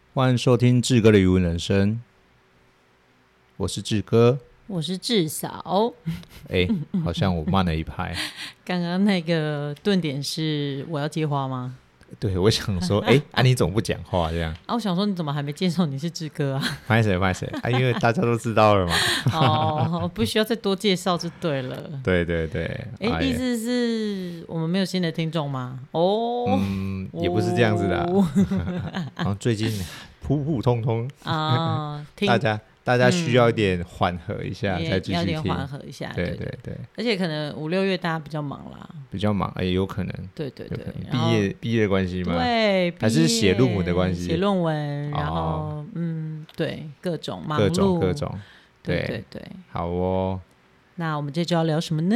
欢迎收听志哥的语文人生，我是志哥， 我是志嫂。 好像我慢了一拍。 刚刚那个顿点是我要接话吗？ 对，我想说，你怎么不讲话这样？ 我想说你怎么还没介绍你是志哥啊？ 拍谁因为大家都知道了嘛。 不需要再多介绍就对了。 对， 意思是我们没有新的听众吗？ 也不是这样子的然后最近普普通通大家需要一点缓和一下再继续听， 要点缓和一下。对，而且可能5、6月大家比较忙啦， 比较忙，有可能。 对， 毕业的关系吗？ 对， 还是写论文的关系？ 写论文，然后对，各种忙碌， 各种， 对， 好哦。 那我们这周要聊什么呢？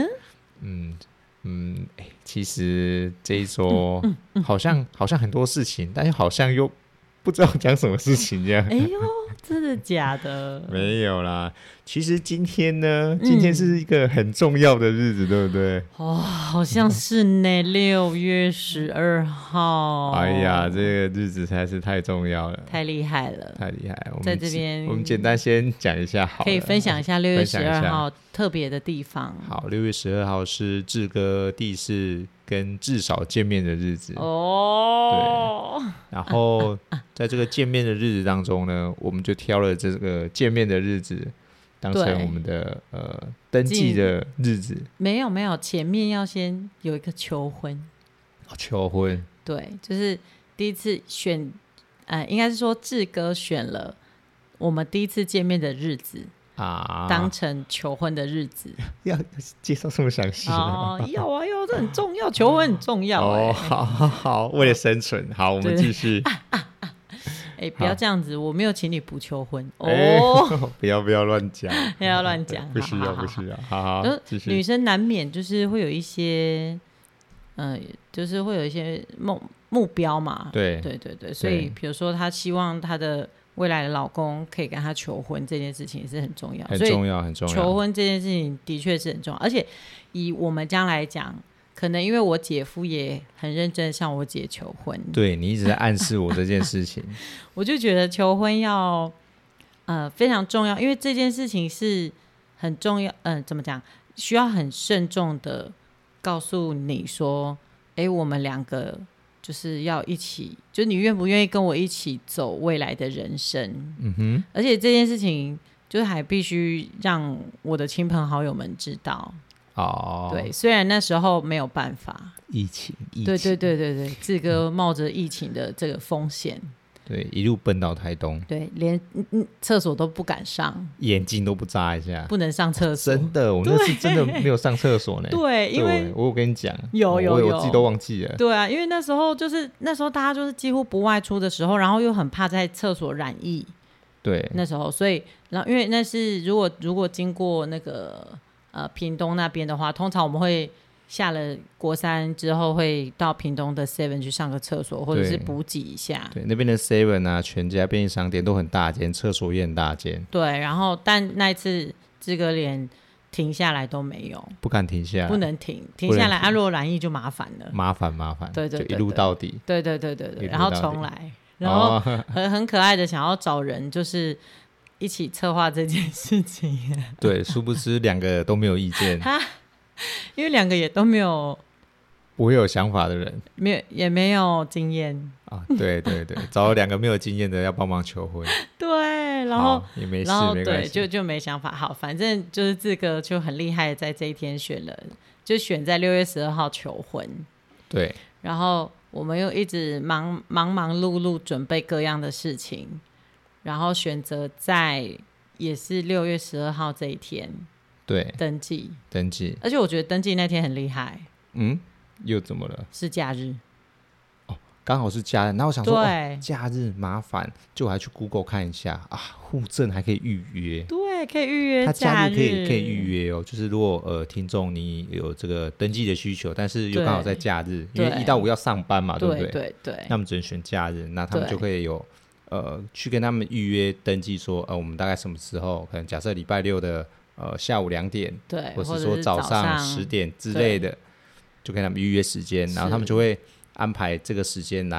其实这一周好像很多事情，但是好像又不知道讲什么事情这样。 真的假的？ 没有啦，其实今天呢，今天是一个很重要的日子，对不对？ 好像是呢，6月12号。 哎呀，这个日子实在是太重要了， 太厉害了， 太厉害了。 在这边我们简单先讲一下好了， 可以分享一下6月12号特别的地方。 好，6月12号是志哥第一次跟志嫂见面的日子对，然后在这个见面的日子当中呢，我们就挑了这个见面的日子当成我们的登记的日子。 没有，前面要先有一个求婚。 求婚？对， 就是第一次选，应该是说志哥选了我们第一次见面的日子当成求婚的日子。 要介绍这么详细要这很重要，求婚很重要。 好，为了生存。好，我们继续。 不要这样子，我没有请你补求婚不要乱讲， 不要乱讲， 不需要。好，继续。 女生难免就是会有一些就是会有一些目标嘛。对，所以比如说她希望她的未来的老公可以跟她求婚，这件事情也是很重要， 很重要。 求婚这件事情的确是很重要，而且以我们家来讲，可能因为我姐夫也很认真向我姐求婚。对， 你一直在暗示我这件事情。 我就觉得求婚要非常重要，因为这件事情是很重要。怎么讲？需要很慎重的告诉你说，我们两个就是要一起，就是你愿不愿意跟我一起走未来的人生。而且这件事情就是还必须让我的亲朋好友们知道。对，虽然那时候没有办法， 疫情， 对，志哥冒着疫情的这个风险， 对，一路奔到台东， 对，连厕所都不敢上， 眼睛都不眨一下， 不能上厕所。 真的，我那次真的没有上厕所呢。 对，因为我有跟你讲， 我自己都忘记了。 对啊，因为那时候大家就是几乎不外出的时候，然后又很怕在厕所染疫。对，那时候，所以然后因为那是如果经过那个屏东那边的话，通常我们会下了国三之后会到屏东的 Seven 去上个厕所，或者是补给一下。对， 那边的 Seven 啊，全家便利商店都很大间，厕所也很大间。 对，然后但那一次志哥连停下来都没有， 不敢停下来， 不能停下来，如果染疫就麻烦了， 麻烦。对，就一路到底。 对，然后重来，然后很可爱的想要找人，就是一起策划这件事情。 对，殊不知两个都没有意见。 因为两个也都没有不会有想法的人， 也没有经验对，找了两个没有经验的要帮忙求婚。 对，然后也没事，没关系， 对，就没想法。好，反正就是志哥就很厉害，在这一天选在6月12号求婚。 对， 然后我们又一直忙碌准备各样的事情，然后选择在也是6月12号这一天。对，登记，而且我觉得登记那天很厉害。 又怎么了？ 是假日刚好是假日。然后我想说假日麻烦，就我还去 Google 看一下户政还可以预约。 对，可以预约假日，可以预约就是如果听众你有这个登记的需求，但是又刚好在假日，因为1到5要上班嘛，对不对？对，那我们只能选假日，那他们就会有去跟他们预约登记说我们大概什么时候，可能假设礼拜6的下午2点，对，或是说早上10点之类的，就跟他们预约时间，然后他们就会安排这个时间来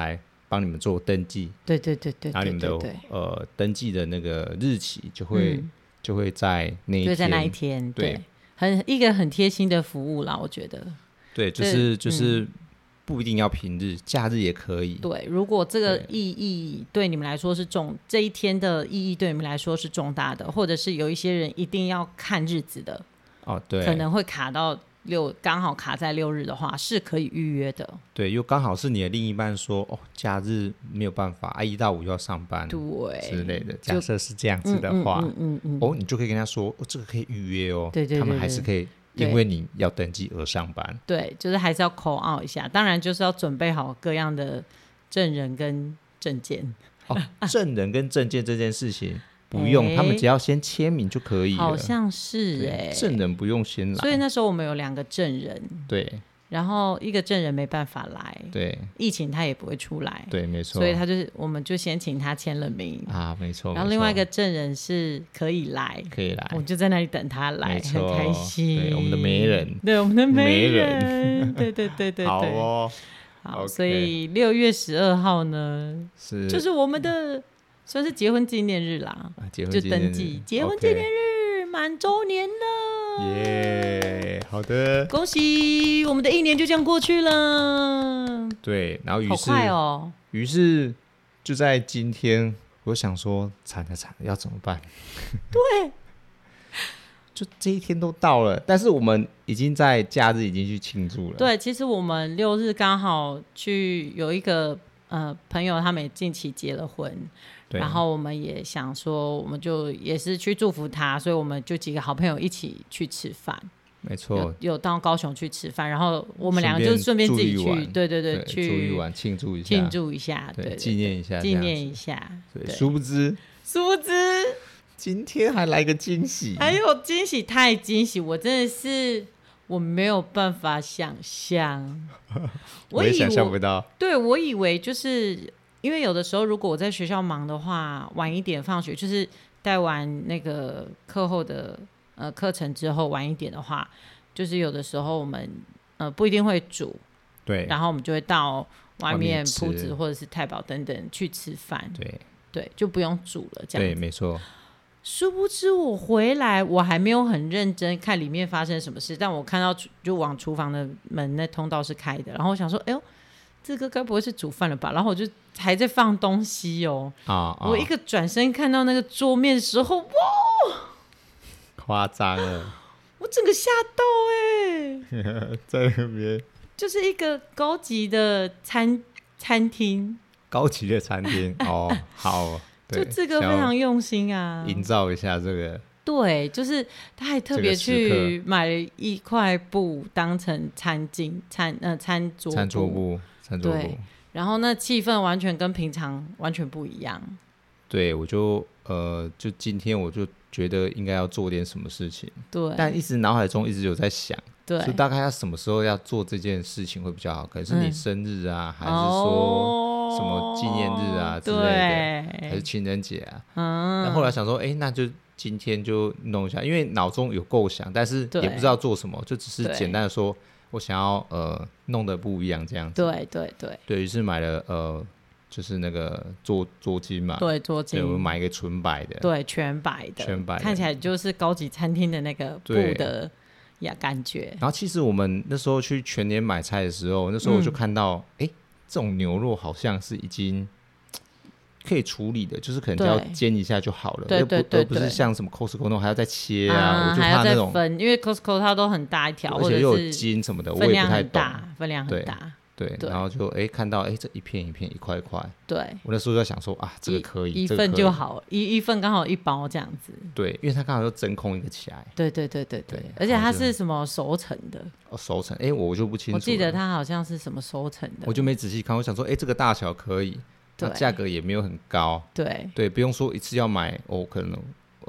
帮你们做登记， 对， 然后你们的登记的那个日期就会在那一天， 就在那一天，对，一个很贴心的服务啦，我觉得。 对，就是不一定要平日，假日也可以。 对，如果这个意义对你们来说是这一天的意义对你们来说是重大的，或者是有一些人一定要看日子的，对，可能会卡到刚好卡在6日的话，是可以预约的。 对，又刚好是你的另一半说假日没有办法，1到5要上班，对之类的。假设是这样子的话，你就可以跟他说，这个可以预约哦。对，他们还是可以因为你要登记而上班。对， 就是还是要 call out 一下，当然就是要准备好各样的证人跟证件。 证人跟证件这件事情不用，他们只要先签名就可以了。 好像是证人不用先来。 所以那时候我们有2个证人， 对， 然后一个证人没办法来， 对， 疫情他也不会出来， 对，没错， 所以我们就先请他签了名没错。 然后另外一个证人是可以来，我就在那里等他来，很开心。 对，我们的媒人， 对，我们的媒人，对，好哦。好，所以6月12号呢，就是我们的算是结婚纪念日啦，就登记结婚纪念日满周年了， 耶！好的， 恭喜我们的1年就这样过去了。 对，然后好快哦。 于是就在今天，我想说，惨了，要怎么办？ 对。 就这一天都到了，但是我们已经在假日已经去庆祝了。 对，其实我们6日刚好去有一个朋友，他们也近期结了婚，然后我们也想说，我们就也是去祝福他，所以我们就几个好朋友一起去吃饭。 没错， 有到高雄去吃饭，然后我们2个就顺便自己去，对，去住一晚庆祝一下， 对， 纪念一下， 对， 殊不知今天还来个惊喜， 还有惊喜，太惊喜，我真的是我没有办法想象， 我也想象不到。 对，我以为就是因为有的时候如果我在学校忙的话，晚一点放学，就是带完那个课后的课程之后晚一点的话，就是有的时候我们不一定会煮， 对， 然后我们就会到外面铺子或者是太保等等去吃饭，对，就不用煮了，这样子， 对，没错。 殊不知我回来，我还没有很认真看里面发生什么事，但我看到就往厨房的门那通道是开的，然后我想说，哎呦，这个该不会是煮饭了吧？然后我就还在放东西哦，我一个转身看到那个桌面的时候，哇， 夸张了， 我整个吓到在那边就是一个高级的餐厅， 高级的餐厅哦，好。 就这个非常用心啊， 营造一下这个。 对，就是他还特别去买了一块布当成餐桌布，对，然后那气氛完全跟平常完全不一样。 对，我就今天我就觉得应该要做点什么事情，对，但一直脑海中一直有在想，对，所以大概要什么时候要做这件事情会比较好？可能是你生日啊，还是说什么纪念日啊之类的，还是情人节啊？那后来想说，那就今天就弄一下，因为脑中有构想，但是也不知道做什么，就只是简单的说，我想要弄得不一样这样子。对，于是买了就是那个桌巾嘛，对，桌巾，对，我们买一个纯白的，对，全白的，看起来就是高级餐厅的那个布的感觉。然后其实我们那时候去全联买菜的时候，那时候我就看到，这种牛肉好像是已经可以处理的，就是可能只要煎一下就好了，对，而不是像什么 Costco 那种还要再切啊，我就怕那种分，因为 Costco 它都很大一条，而且又有筋什么的，我也不太懂，分量很大。对，然后就看到这一片一片一块一块，对，我那时候就想说这个可以一份就好，一份刚好1包这样子，对，因为它刚好就真空一个起来，对，而且它是什么熟成的，熟成，我就不清楚了，我记得它好像是什么熟成的，我就没仔细看，我想说这个大小可以，那价格也没有很高，对，不用说一次要买可能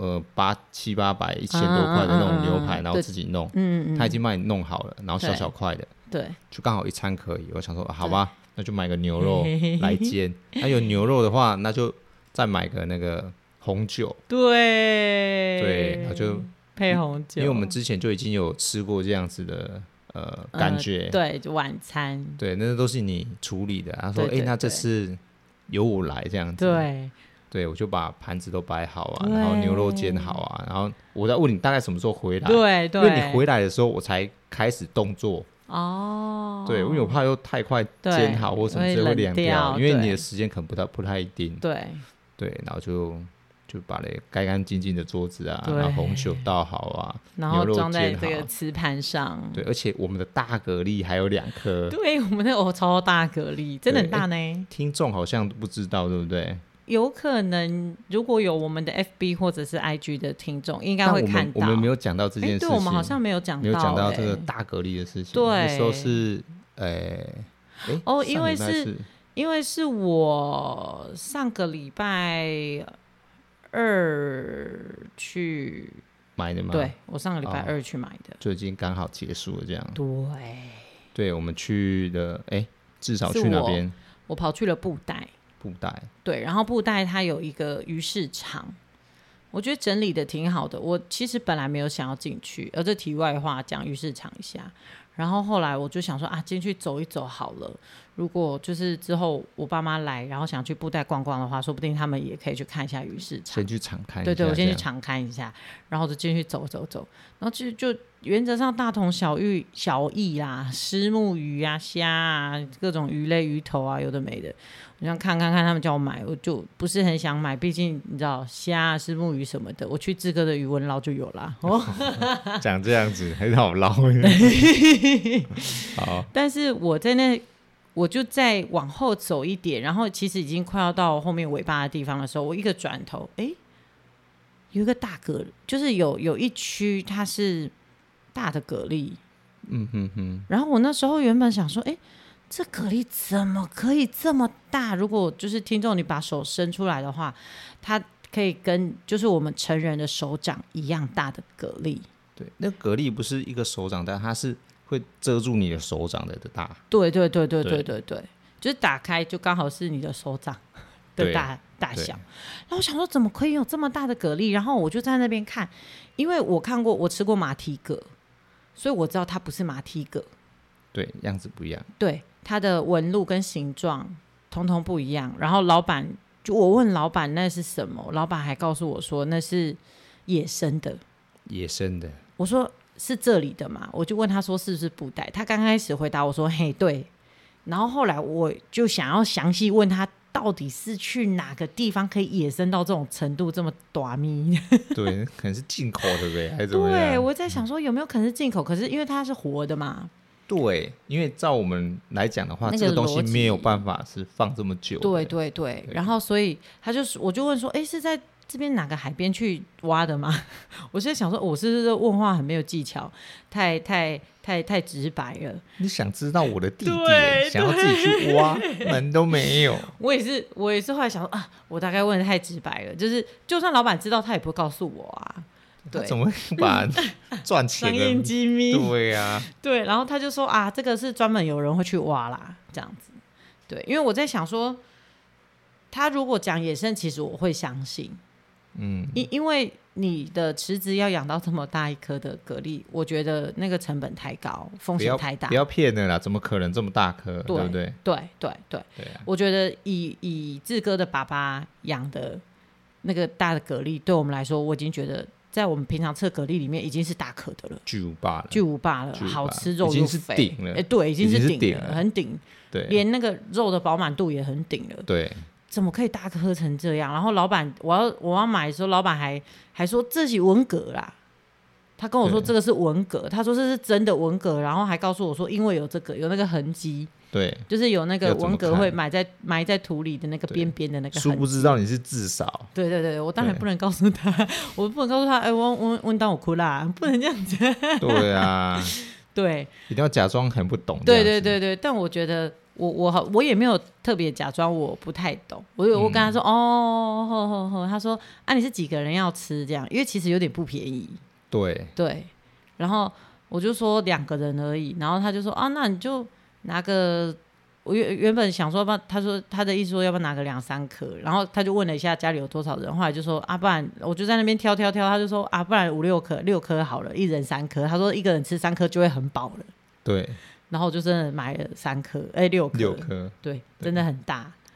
700-800、1000多块的那种牛排，然后自己弄，他已经帮你弄好了，然后小小块的，对，就刚好一餐可以。我想说好吧，那就买个牛肉来煎。那有牛肉的话，那就再买个那个红酒，对，然后就配红酒。因为我们之前就已经有吃过这样子的感觉，对，就晚餐，对，那都是你处理的。他说那这次由我来这样子。对，我就把盘子都摆好啊，然后牛肉煎好啊，然后我再问你大概什么时候回来。 对， 因为你回来的时候我才开始动作。对，因为我怕又太快煎好或什么之类会凉掉，因为你的时间可能不太一定。对，然后就把那干干净净的桌子啊，然后红酒倒好啊， 然后装在这个瓷盘上。 对，而且我们的大蛤蜊还有2颗。 对，我们的超大蛤蜊，真的很大呢。 听众好像不知道，对不对？ 有可能如果有我们的 FB 或者是 IG 的听众应该会看到。 我们没有讲到这件事情。 对，我们好像没有讲到这个大蛤蜊的事情。 对， 那时候是因为是我上个礼拜2去买的吗？ 对，我上个礼拜2去买的， 就已经刚好结束了这样。 对， 我们去了，至少去哪边？ 我跑去了布袋。对，然后布袋它有一个鱼市场，我觉得整理的挺好的。我其实本来没有想要进去，而这题外话讲鱼市场一下，然后后来我就想说进去走一走好了。如果就是之后我爸妈来，然后想去布袋逛逛的话，说不定他们也可以去看一下鱼市场。 先去场看一下。 对，我先去场看一下，然后就进去走，然后就原则上大同小异啦，虱目鱼啊、虾啊，各种鱼类、鱼头啊，有的没的。我想看他们叫我买，我就不是很想买，毕竟你知道虾啊、虱目鱼什么的，我去志哥的渔文捞就有啦。 讲这样子很好捞。好， 但是我就再往后走一点，然后其实已经快要到后面尾巴的地方的时候，我一个转头，有一个大蛤，就是有一区它是大的蛤蜊。然后我那时候原本想说，这蛤蜊怎么可以这么大？如果就是听众你把手伸出来的话，它可以跟就是我们成人的手掌一样大的蛤蜊。 对，那蛤蜊不是一个手掌大，它是会遮住你的手掌的大。 对，就是打开就刚好是你的手掌的大小。然后我想说怎么可以有这么大的蛤蜊，然后我就在那边看，因为我吃过马蹄蛤，所以我知道它不是马蹄蛤。 对，样子不一样。 对，它的纹路跟形状统统不一样。然后我问老板那是什么，老板还告诉我说那是野生的。我说是这里的嘛？我就问他说是不是布袋，他刚开始回答我说嘿对，然后后来我就想要详细问他到底是去哪个地方可以野生到这种程度这么短咪。 对，可能是进口的呗，还是怎么样？ 对，我在想说有没有可能是进口，可是因为它是活的嘛。 对，因为照我们来讲的话，这个东西没有办法是放这么久。 对，然后所以我就问说是在这边哪个海边去挖的吗？我是在想说我是不是问话很没有技巧，太直白了。 你想知道我的地点，想要自己去挖，门都没有。 我也是后来想说我大概问的太直白了，就算老板知道他也不会告诉我啊。 他怎么会把赚钱的商业机密？ 对啊， 对，然后他就说这个是专门有人会去挖啦，这样子。对，因为我在想说，他如果讲野生，其实我会相信。因为你的池子要养到这么大一颗的蛤蜊，我觉得那个成本太高，风险太大。 不要骗了啦，怎么可能这么大颗？对不对？ 对，我觉得以志哥的爸爸养的那个大的蛤蜊，对我们来说，我已经觉得在我们平常吃蛤蜊里面已经是大颗的了， 巨无霸了， 好吃，肉又肥， 已经是顶了。 对，已经是顶了，很顶。 对， 连那个肉的饱满度也很顶了。 对。 怎么可以大颗成这样？然后老板，我要买的时候，老板还说这是文蛤啦。他跟我说这个是文蛤，他说这是真的文蛤，然后还告诉我说，因为有那个痕迹， 对， 就是有那个文蛤会埋在土里的那个边边的那个痕迹。 殊不知道你是至少。 对，我当然不能告诉他，我不能告诉他，我当我哭啦，不能这样子。 对啊， 对， 一定要假装很不懂。 对，但我觉得。我也没有特别假装我不太懂，我跟他说他说你是几个人要吃这样，因为其实有点不便宜。对，然后我就说2个人而已，然后他就说那你就拿个，我原本想说他说他的意思说要不要拿个2-3颗，然后他就问了一下家里有多少人，后来就说不然我就在那边挑，他就说不然5-6颗好了，一人3颗，他说一个人吃3颗就会很饱了。 对。 然后我就真的买了3颗，6颗， 对， 真的很大。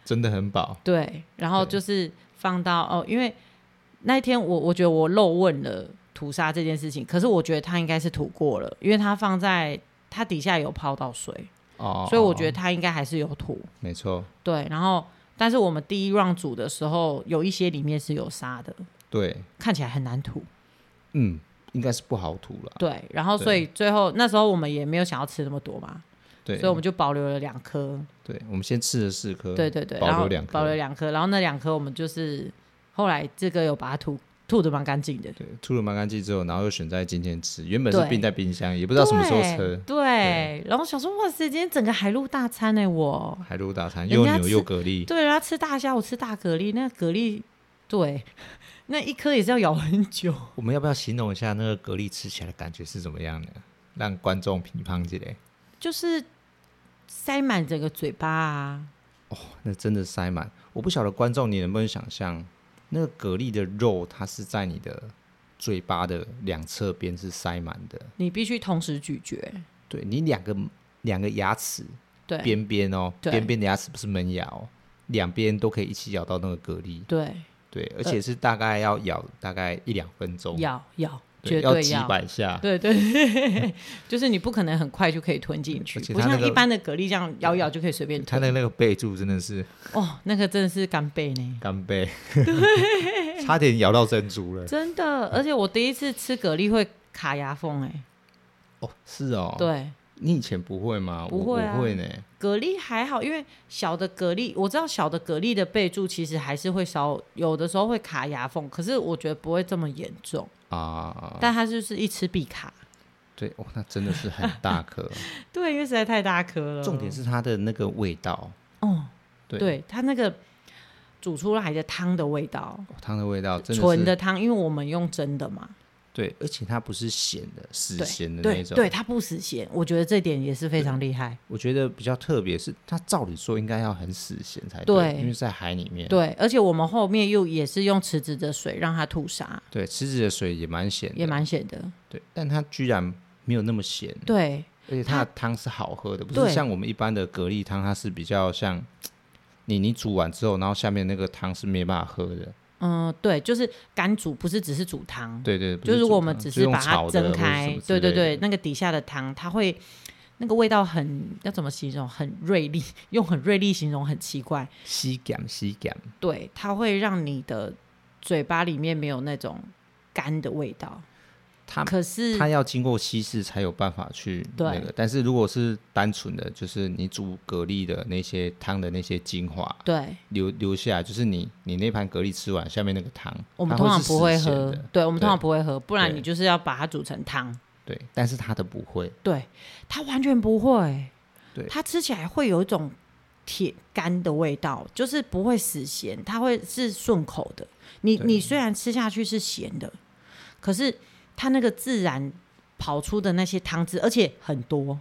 真的很饱。 对，然后就是放到因为那一天我觉得我漏问了吐沙这件事情，可是我觉得他应该是吐过了，因为他放在他底下有泡到水，所以我觉得他应该还是有吐。 没错。 对，然后但是我们第一 round 煮的时候，有一些里面是有沙的， 对， 看起来很难吐。 应该是不好吐了。 对，然后所以最后那时候我们也没有想要吃那么多嘛， 对， 所以我们就保留了2颗。 对，我们先吃了4颗， 对对对， 保留2颗， 保留2颗，然后那2颗我们就是后来这个有把它吐得蛮干净的。 对，吐得蛮干净之后，然后又选在今天吃，原本是冰在冰箱，也不知道什么时候吃。 对，然后想说哇塞，今天整个海陆大餐海陆大餐，又牛又蛤蜊。 对，人家吃大虾，我吃大蛤蜊，那蛤蜊对。那一颗也是要咬很久。 我们要不要形容一下那个蛤蜊吃起来的感觉是怎么样的，让观众评判起来？ 就是塞满整个嘴巴啊！ 那真的塞满。我不晓得观众你能不能想象，那个蛤蜊的肉，它是在你的嘴巴的2侧边是塞满的， 你必须同时咀嚼。 对，你两个牙齿边边边边的牙齿不是门牙2边都可以一起咬到那个蛤蜊。对，而且是大概要咬大概1-2分钟，绝对要几百下。 对，就是你不可能很快就可以吞进去，不像一般的蛤蜊这样咬就可以随便吞。 它的那个贝柱真的是那个真的是干贝呢， 干贝，对，差点咬到珍珠了， 真的。而且我第一次吃蛤蜊会卡牙缝是对。 你以前不会吗？ 不会啊， 我会呢。 蛤蜊还好，因为小的蛤蜊我知道小的蛤蜊的贝柱其实还是会有的时候会卡牙缝，可是我觉得不会这么严重啊。但它就是一吃必卡。 对，那真的是很大颗。 对，因为实在太大颗了。 重点是它的那个味道。 对，它那个煮出来的汤的味道， 汤的味道真的是纯的汤，因为我们用蒸的嘛。 对，而且它不是咸的，死咸的那种。 对，它不死咸，我觉得这点也是非常厉害。 我觉得比较特别是，它照理说应该要很死咸才对，因为在海里面。 对，而且我们后面也是用池子的水让它吐沙。 对，池子的水也蛮咸的，对，但它居然没有那么咸。 对， 而且它的汤是好喝的，不是像我们一般的蛤蜊汤，它是比较像你煮完之后，然后下面那个汤是没办法喝的。 对，就是干煮，不是只是煮汤。 对， 就是如果我们只是把它蒸开，对，那个底下的汤，它会那个味道要怎么形容？很锐利，用很锐利形容很奇怪。 吸感。 对，它会让你的嘴巴里面没有那种干的味道。可是它要经过稀释才有办法去那个，但是如果是单纯的，就是你煮蛤蜊的那些汤的那些精华， 对， 留下来，就是你那盘蛤蜊吃完，下面那个汤， 我们通常不会喝，对，我们通常不会喝，不然你就是要把它煮成汤， 对，但是它的不会， 对，它完全不会， 对， 它吃起来会有一种铁干的味道，就是不会死咸，它会是顺口的，你虽然吃下去是咸的，可是它那个自然跑出的那些汤汁，而且很多，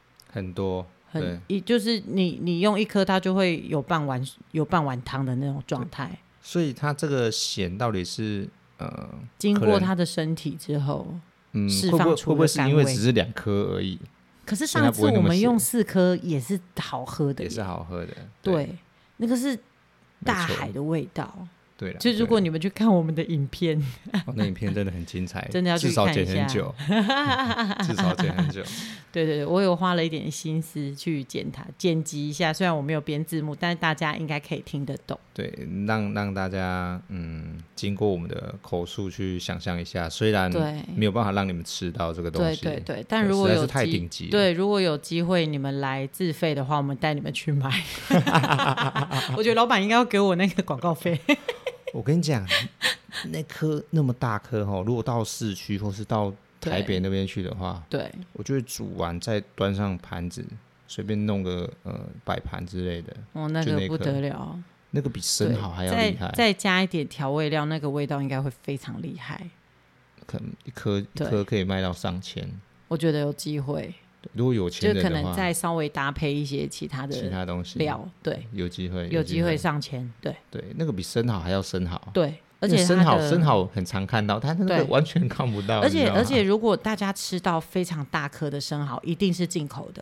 就是你用1颗，它就会有半碗汤的那种状态。 所以它这个咸到底是经过它的身体之后，释放出的甘味，会不会是因为只是2颗而已？ 可是上次我们用4颗也是好喝的， 也是好喝的。 对，那个是大海的味道。 对了， 就如果你们去看我们的影片， 那影片真的很精彩， 真的要去看一下， 至少剪很久，至少剪很久。 对，我有花了一点心思去剪辑一下，虽然我没有编字幕，但是大家应该可以听得懂。 对，让大家经过我们的口述去想象一下，虽然没有办法让你们吃到这个东西， 对，但如果有太顶级， 对，如果有机会你们来自费的话，我们带你们去买。我觉得老板应该要给我那个广告费。 我跟你讲，那颗那么大颗如果到市区或是到台北那边去的话，对，我就会煮完再端上盘子，随便弄个摆盘之类的。 那个不得了， 那个比生蚝还要厉害。 再加一点调味料，那个味道应该会非常厉害。 可能一颗可以卖到上千， 我觉得有机会。 如果有钱人的话， 就可能再稍微搭配一些其他东西料，对， 有机会上千，对， 那个比生蚝还要生蚝， 对，而且生蚝很常看到，但那个完全看不到， 而且如果大家吃到非常大颗的生蚝，一定是进口的，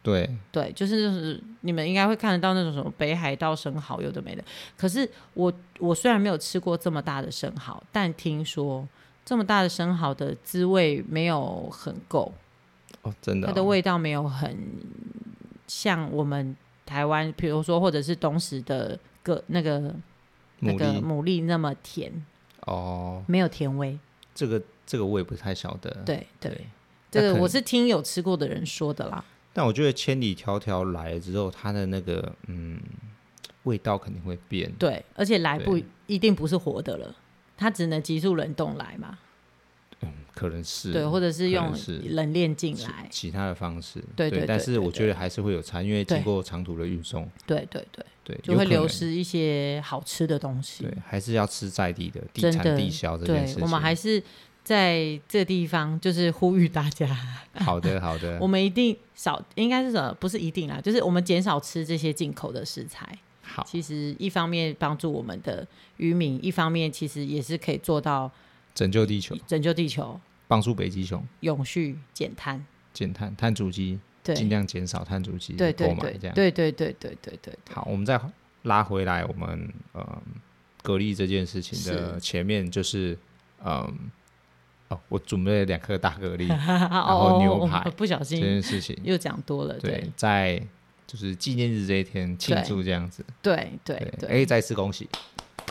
对，就是你们应该会看得到那种什么北海道生蚝有的没的。可是我虽然没有吃过这么大的生蚝，但听说这么大的生蚝的滋味没有很够真的它的味道没有很像我们台湾比如说或者是东石的那个牡蛎那么甜没有甜味。这个我也不太晓得。 对，这个我是听有吃过的人说的啦。 但我觉得千里迢迢来了之后，它的那个味道肯定会变。 对，而且来不一定不是活的了，它只能急速冷冻来嘛。 可能是对，或者是用冷链进来其他的方式。 对， 但是我觉得还是会有差，因为经过长途的运送。 对，就会流失一些好吃的东西。 对，还是要吃在地的，地产地销这件事情。 对，我们还是在这个地方就是呼吁大家。 好的我们一定应该是什么？不是一定啦，就是我们减少吃这些进口的食材。 好， 其实一方面帮助我们的渔民，一方面其实也是可以做到拯救地球，帮助北极熊永续减碳， 碳足迹，尽量减少碳足迹的购买，这样。 对。 好，我们再拉回来，我们蛤蜊这件事情的前面就是我准备了2颗大蛤蜊，然后牛排， 不小心这件事情又讲多了。 对，在就是纪念日这一天庆祝这样子。 对， 再次恭喜。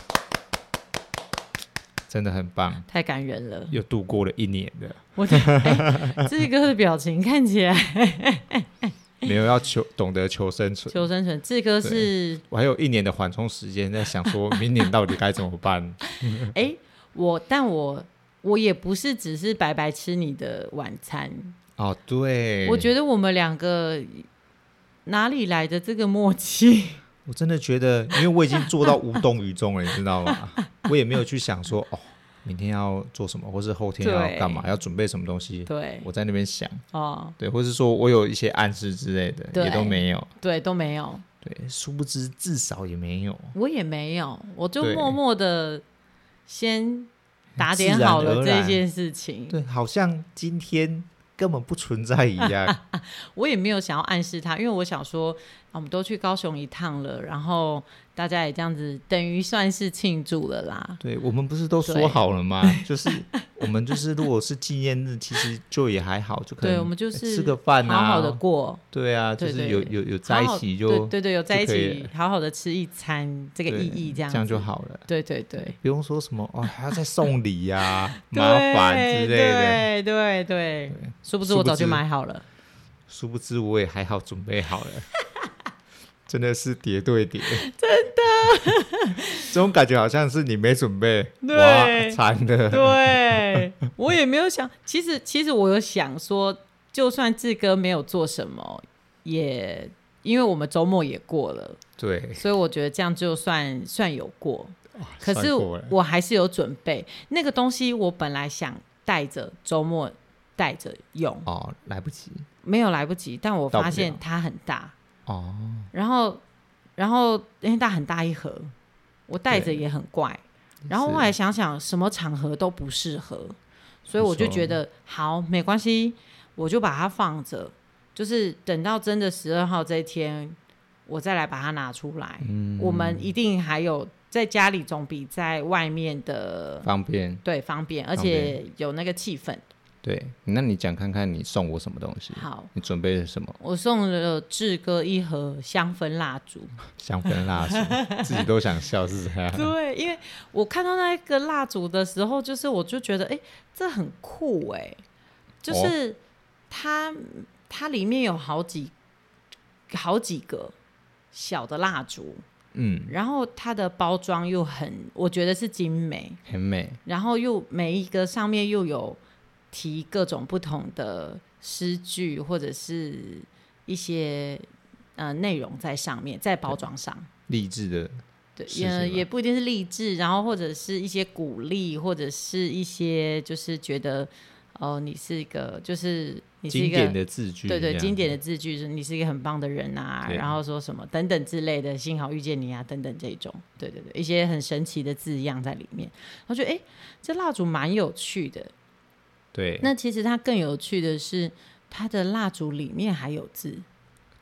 真的很棒， 太感人了， 又度过了1年了。 志哥的表情看起来没有要懂得求生存。 志哥是我还有1年的缓冲时间，在想说明年到底该怎么办。 但我也不是只是白白吃你的晚餐。 对， 我觉得我们2个哪里来的这个默契？ 我真的觉得，因为我已经做到无动于衷了，你知道吗？我也没有去想说明天要做什么，或是后天要干嘛，要准备什么东西。 对， 我在那边想对，或是说我有一些暗示之类的，也都没有。 对，都没有。 对，殊不知至少也没有。 我也没有，我就默默的先打点好了这件事情。 对，好像今天根本不存在一样。 我也没有想要暗示他，因为我想说我们都去高雄一趟了，然后大家也这样子等于算是庆祝了啦。 对，我们不是都说好了吗？就是我们就是如果是纪念日，其实就也还好，就可能对，我们就是吃个饭好好的过。 对啊，就是有在一起就对，有在一起好好的吃一餐，这个意义这样就好了。 对， 不用说什么还要再送礼呀，麻烦之类的。对，殊不知我早就买好了。 殊不知我也还好准备好了。真的是叠对叠， 真的， 这种感觉好像是你没准备， 对， 惨的。 对，我也没有想，其实我有想说，就算志哥没有做什么，也因为我们周末也过了， 对， 所以我觉得这样就算有过。可是我还是有准备那个东西，我本来想带着周末带着用， 来不及， 没有来不及，但我发现它很大。然后因为它很大一盒，我带着也很怪，然后后来想想什么场合都不适合，所以我就觉得好没关系，我就把它放着，就是等到真的12号这一天我再来把它拿出来。我们一定还有在家里总比在外面的方便， 对，方便，而且有那个气氛。 对，那你讲看看你送我什么东西？ 好， 你准备了什么？ 我送了志哥1盒香氛蜡烛。香氛蜡烛，自己都想笑是这样。 对，因为我看到那个蜡烛的时候，我就觉得，这很酷就是它里面有好几个小的蜡烛。然后它的包装又我觉得是精美， 很美。 然后又每一个上面又有提各种不同的诗句或者是一些内容在上面，在包装上， 励志的， 对，也不一定是励志，然后或者是一些鼓励，或者是一些就是觉得你是一个，就是你是一个经典的字句， 对，经典的字句，你是一个很棒的人啊，然后说什么等等之类的，幸好遇见你啊等等这种，对，一些很神奇的字样在里面。我觉得这蜡烛蛮有趣的。对，那其实它更有趣的是，它的蜡烛里面还有字。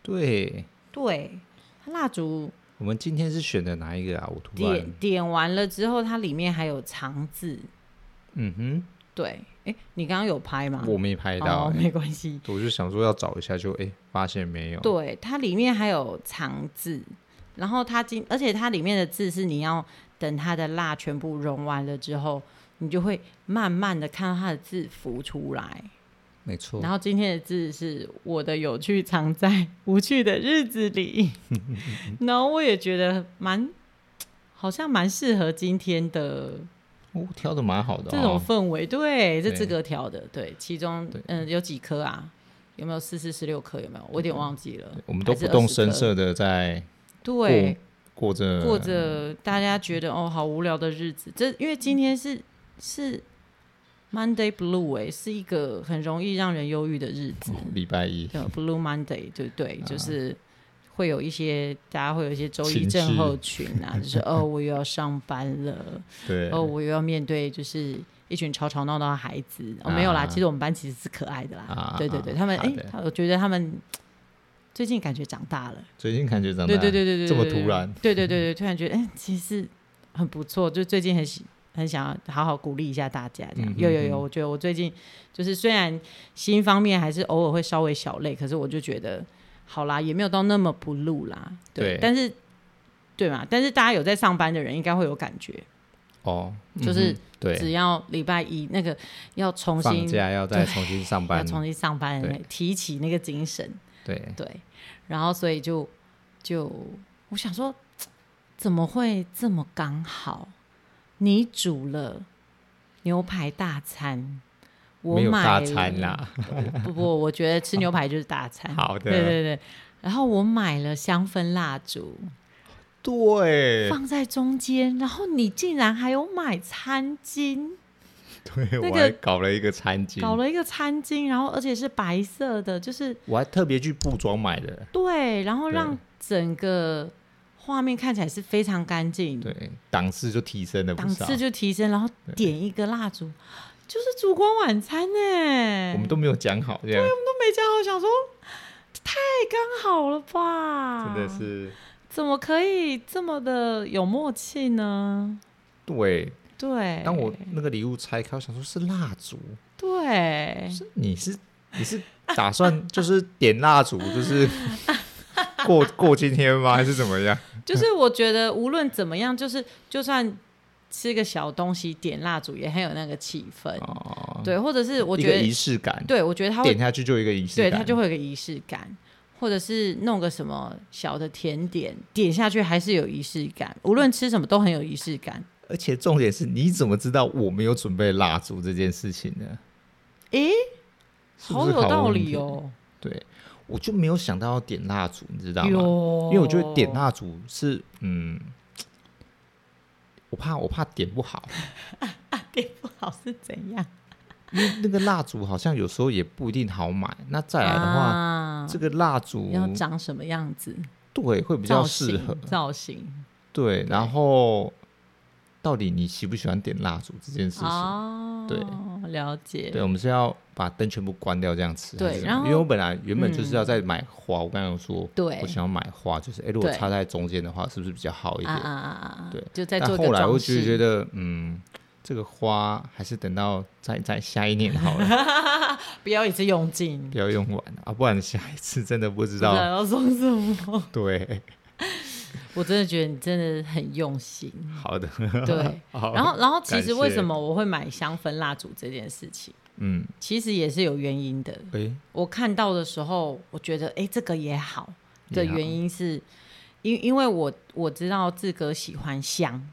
对， 蜡烛。 我们今天是选的哪一个啊？我突然点完了之后，它里面还有藏字。 嗯哼， 对，你刚刚有拍吗？ 我没拍到， 没关系。 我就想说要找一下就，发现没有。 对，它里面还有藏字，然后而且它里面的字是你要等它的蜡全部融完了之后，你就会慢慢的看到它的字浮出来。 没错。 然后今天的字是我的有趣藏在无趣的日子里，然后我也觉得好像蛮适合今天的。 挑的蛮好的这种氛围。对，是志哥挑的。对，其中有几颗啊？有没有14、16颗？有没有？我有点忘记了。 我们都不动声色的在过着大家觉得好无聊的日子。因为今天是 Monday Blue， 是一个很容易让人忧郁的日子。 礼拜一 Blue Monday， 对，就是会有一些大家会有一些周一症候群啊，就是我又要上班了， 对， 我又要面对就是一群吵吵闹闹的孩子。没有啦，其实我们班其实是可爱的啦。对，他们我觉得他们最近感觉长大了。对， 这么突然。 对，突然觉得其实很不错，就最近很想要好好鼓励一下大家这样。有，我觉得我最近就是虽然心方面还是偶尔会稍微小累，可是我就觉得好啦，也没有到那么不录啦。对，但是对嘛？但是大家有在上班的人应该会有感觉就是只要礼拜一那个要重新放假，要再重新上班， 要重新上班，提起那个精神。对，然后所以就我想说，怎么会这么刚好？你煮了牛排大餐，我没有大餐啦。 不，我觉得吃牛排就是大餐。 好的， 对。然后我买了香氛蜡烛， 对， 放在中间。然后你竟然还有买餐巾。 对，我还搞了一个餐巾，然后而且是白色的，就是我还特别去布庄买的。 对，然后让整个画面看起来是非常干净。 对，档次就提升了不少。 然后点一个蜡烛，就是烛光晚餐耶。 我们都没有讲好，对，我们都没讲好，想说太刚好了吧？ 真的是， 怎么可以这么的有默契呢？对， 当我那个礼物拆开，我想说是蜡烛。 对， 你是打算就是点蜡烛，就是过今天吗？还是怎么样？ 就是我觉得无论怎么样，就算吃个小东西，点蜡烛也很有那个气氛。对，或者是我觉得一个仪式感。 对，我觉得它点下去就有一个仪式感， 对，它就会有一个仪式感。或者是弄个什么小的甜点，点下去还是有仪式感。无论吃什么都很有仪式感。 而且重点是，你怎么知道我没有准备蜡烛这件事情呢？ 好有道理哦。 对，我就没有想到要点蜡烛，你知道吗？因为我觉得点蜡烛是，我怕点不好。 点不好是怎样？ 因为那个蜡烛好像有时候也不一定好买。那再来的话，这个蜡烛要长什么样子？ 对，会比较适合造型。 对，然后到底你喜不喜欢点蜡烛这件事情？对， 了解。 对，我们是要把灯全部关掉这样吃。 对，然后因为我原本就是要再买花，我刚刚有说， 对， 我想要买花，就是如果插在中间的话，是不是比较好一点？对， 就再做一个装饰。 但后来我就觉得，这个花还是等到再下一年好了。 不要一次用尽， 不要用完啊，不然下一次真的不知道要送什么。 对。 我真的觉得你真的很用心。 好的。 对。然后其实为什么我会买香氛蜡烛这件事情，其实也是有原因的。我看到的时候我觉得这个也好的原因是因为我知道志哥喜欢香。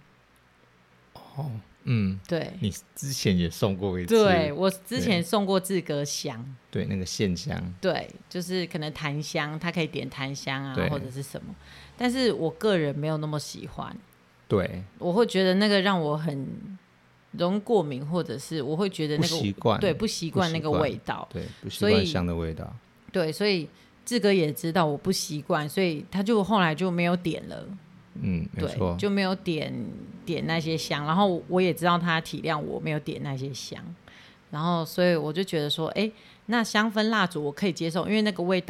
对， 你之前也送过一次。 对，我之前送过志哥香。 对，那个线香。 对，就是可能檀香，它可以点檀香啊，或者是什么。但是我个人没有那么喜欢。 对， 我会觉得那个让我很容易过敏，或者是我会觉得那个不习惯， 对，不习惯那个味道， 对，不习惯香的味道。 对，所以志哥也知道我不习惯，所以他就后来就没有点了。 没错， 就没有点那些香，然后我也知道他体谅我没有点那些香，然后所以我就觉得说，那香氛蜡烛我可以接受，因为那个味道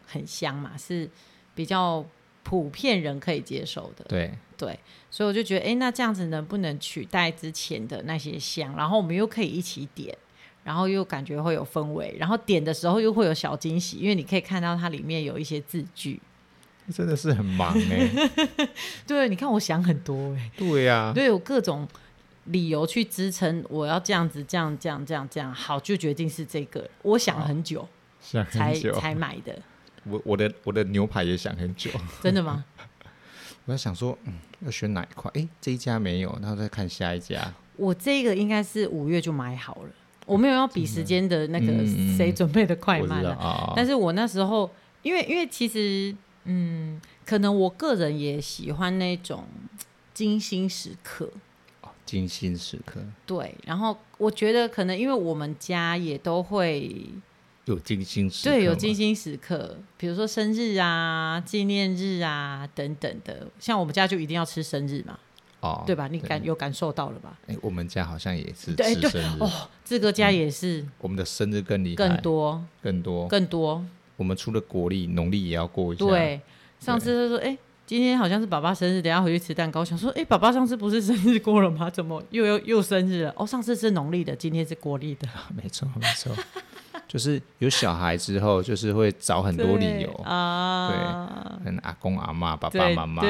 很香嘛，是比较普遍人可以接受的。对，所以我就觉得那这样子能不能取代之前的那些香，然后我们又可以一起点，然后又感觉会有氛围，然后点的时候又会有小惊喜，因为你可以看到它里面有一些字句。 真的是很忙对，你看我想很多对啊， 对，有各种理由去支撑我要这样子这样好，就决定是这个。我想很久才买的。 我的牛排也想很久。 真的吗？ 我在想说要选哪一块，这一家没有，然后再看下一家。 我这个应该是5月就买好了，我没有要比时间的那个谁准备的快慢但是我那时候因为其实可能我个人也喜欢那种精心时刻。 精心时刻。对， 然后我觉得可能因为我们家也都会有精心时刻。 对，有精心时刻，比如说生日啊、纪念日啊等等的。像我们家就一定要吃生日嘛。对吧？你有感受到了吧？ 我们家好像也是吃生日。 志哥家也是。我们的生日更厉害，更多。我们除了国历，农历也要过一下。 对，上次他说今天好像是爸爸生日，等一下回去吃蛋糕。想说爸爸上次不是生日过了吗？怎么又生日了？上次是农历的，今天是国历的。 没错就是有小孩之后就是会找很多理由对，跟阿公阿嬷、爸爸妈妈。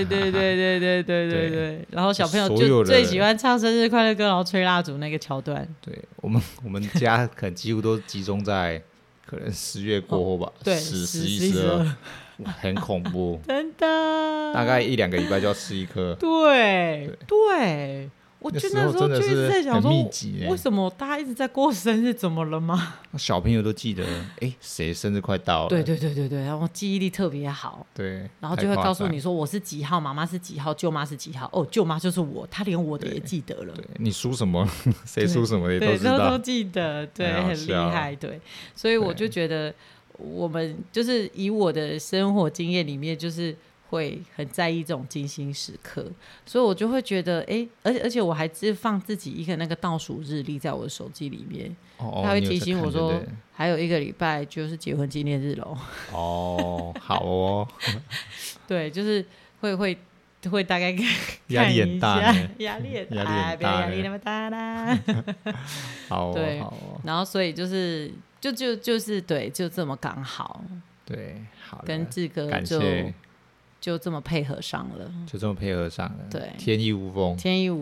对，然后小朋友就最喜欢唱生日快乐歌，然后吹蜡烛那个桥段。 对，我们家可能几乎都集中在可能10月过后吧。 对 ，10、11、12很恐怖。 真的， 大概1-2个礼拜就要吃一颗。 对，我就那时候就一直在想说，为什么大家一直在过生日，怎么了吗？ 小朋友都记得，谁生日快到了？ 对，然后记忆力特别好。 对， 然后就会告诉你说我是几号，妈妈是几号，舅妈是几号。舅妈就是我，她连我的也记得了。 对，你属什么，谁属什么也都知道， 都记得，对，很厉害。对，所以我就觉得我们就是以我的生活经验里面，就是会很在意这种精心时刻，所以我就会觉得而且我还是放自己一个那个倒数日历在我的手机里面，他会提醒我说还有1个礼拜就是结婚纪念日咯。 好哦。 对，就是会大概看压力很大， 压力很大，不要压力那么大啦。对，然后所以就是对，就这么刚好。 对，好， 跟志哥就这么配合上了， 对，天衣无缝，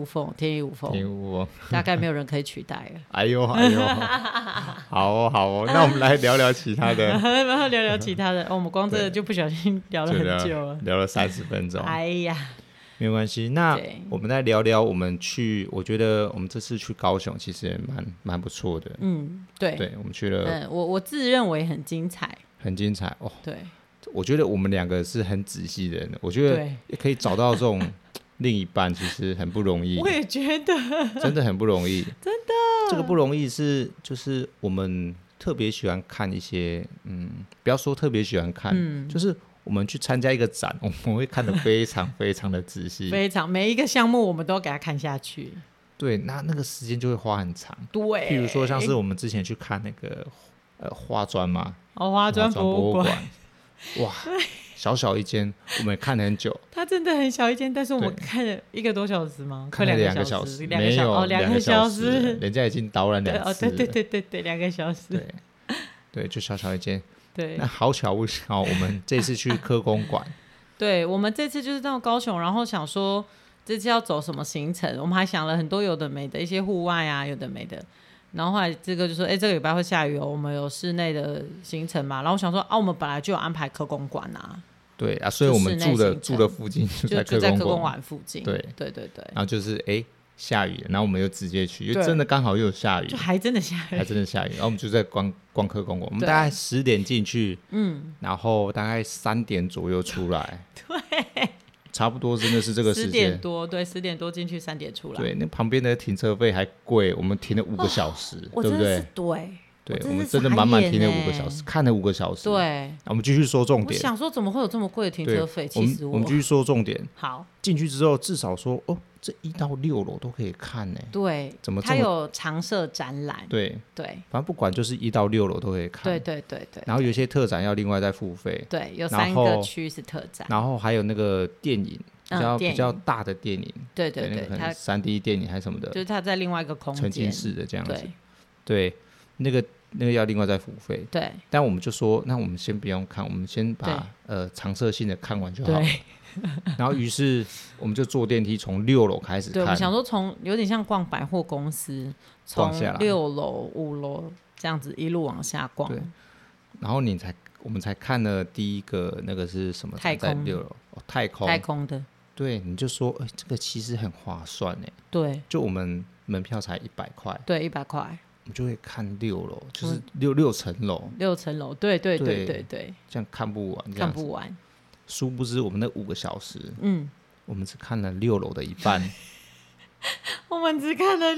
大概没有人可以取代了。 哎呦，好哦，那我们来聊聊其他的。 聊聊其他的，我们光这个就不小心聊了很久了， 聊了30分钟。 哎呀， 没有关系。那我们再聊聊我觉得我们这次去高雄其实也蛮不错的。 对， 我们去了。 我自认为很精彩哦。对。 我觉得我们2个是很仔细的人，我觉得可以找到这种另一半其实很不容易。 我也觉得真的很不容易， 真的。 这个不容易就是我们特别喜欢看一些不要说特别喜欢看，就是我们去参加一个展，我们会看得非常非常的仔细， 非常每一个项目我们都给他看下去。 对，那个时间就会花很长。 对， 譬如说像是我们之前去看那个花砖嘛， 花砖博物馆。 哇，小小一间，我们看了很久。 它真的很小一间，但是我们看了1个多小时吗？ 看了2个小时， 没有2个小时， 人家已经导览2次了。 对，2个小时。 对，就小小一间。 对， 那好巧不巧，我们这次去科工馆。 对，我们这次就是到高雄，然后想说这次要走什么行程，我们还想了很多有的没的，一些户外啊，有的没的。然后后来这个就说这个礼拜会下雨我们有室内的行程嘛，然后我想说我们本来就有安排科工馆啊。 对啊，所以我们住的附近就在科工馆附近。 对，然后就是下雨了，然后我们又直接去，因为真的刚好又有下雨， 就还真的下雨， 然后我们就在逛科工馆，我们大概10点进去，然后大概3点左右出来。 对， 差不多真的是这个时间。 10点多进去，3点出来。 对，那旁边的停车费还贵，我们停了5个小时，对不对？ 对，我们真的满满停了5个小时，看了5个小时。 对， 我们继续说重点。 我想说怎么会有这么贵的停车费？气死我们继续说重点。 好， 进去之后至少说这1到6楼都可以看呢。 对， 怎么它有常设展览？ 对， 反正不管就是1到6楼都可以看。 对。 然后有一些特展要另外再付费。 对，有3个区是特展。 然后还有那个电影。比较大的电影， 对， 它 3D 电影还是什么的， 就是它在另外一个空间沉浸式的这样子，对，那个要另外再付费， 对。 但我们就说，那我们先不用看，我们先把常设性的看完就好了。然后于是我们就坐电梯从6楼开始看， 对，我们想说有点像逛百货公司，从6楼、5楼这样子一路往下逛。 对，然后我们才看了第一个那个是什么？ 太空在6楼，太空的。对，你就说，这个其实很划算哎。 对， 就我们门票才100块。 对，100块， 我们就会看6楼，就是6层楼。 6层楼，对， 这样看不完，殊不知我们那5个小时，我们只看了6楼的一半。 我们只看了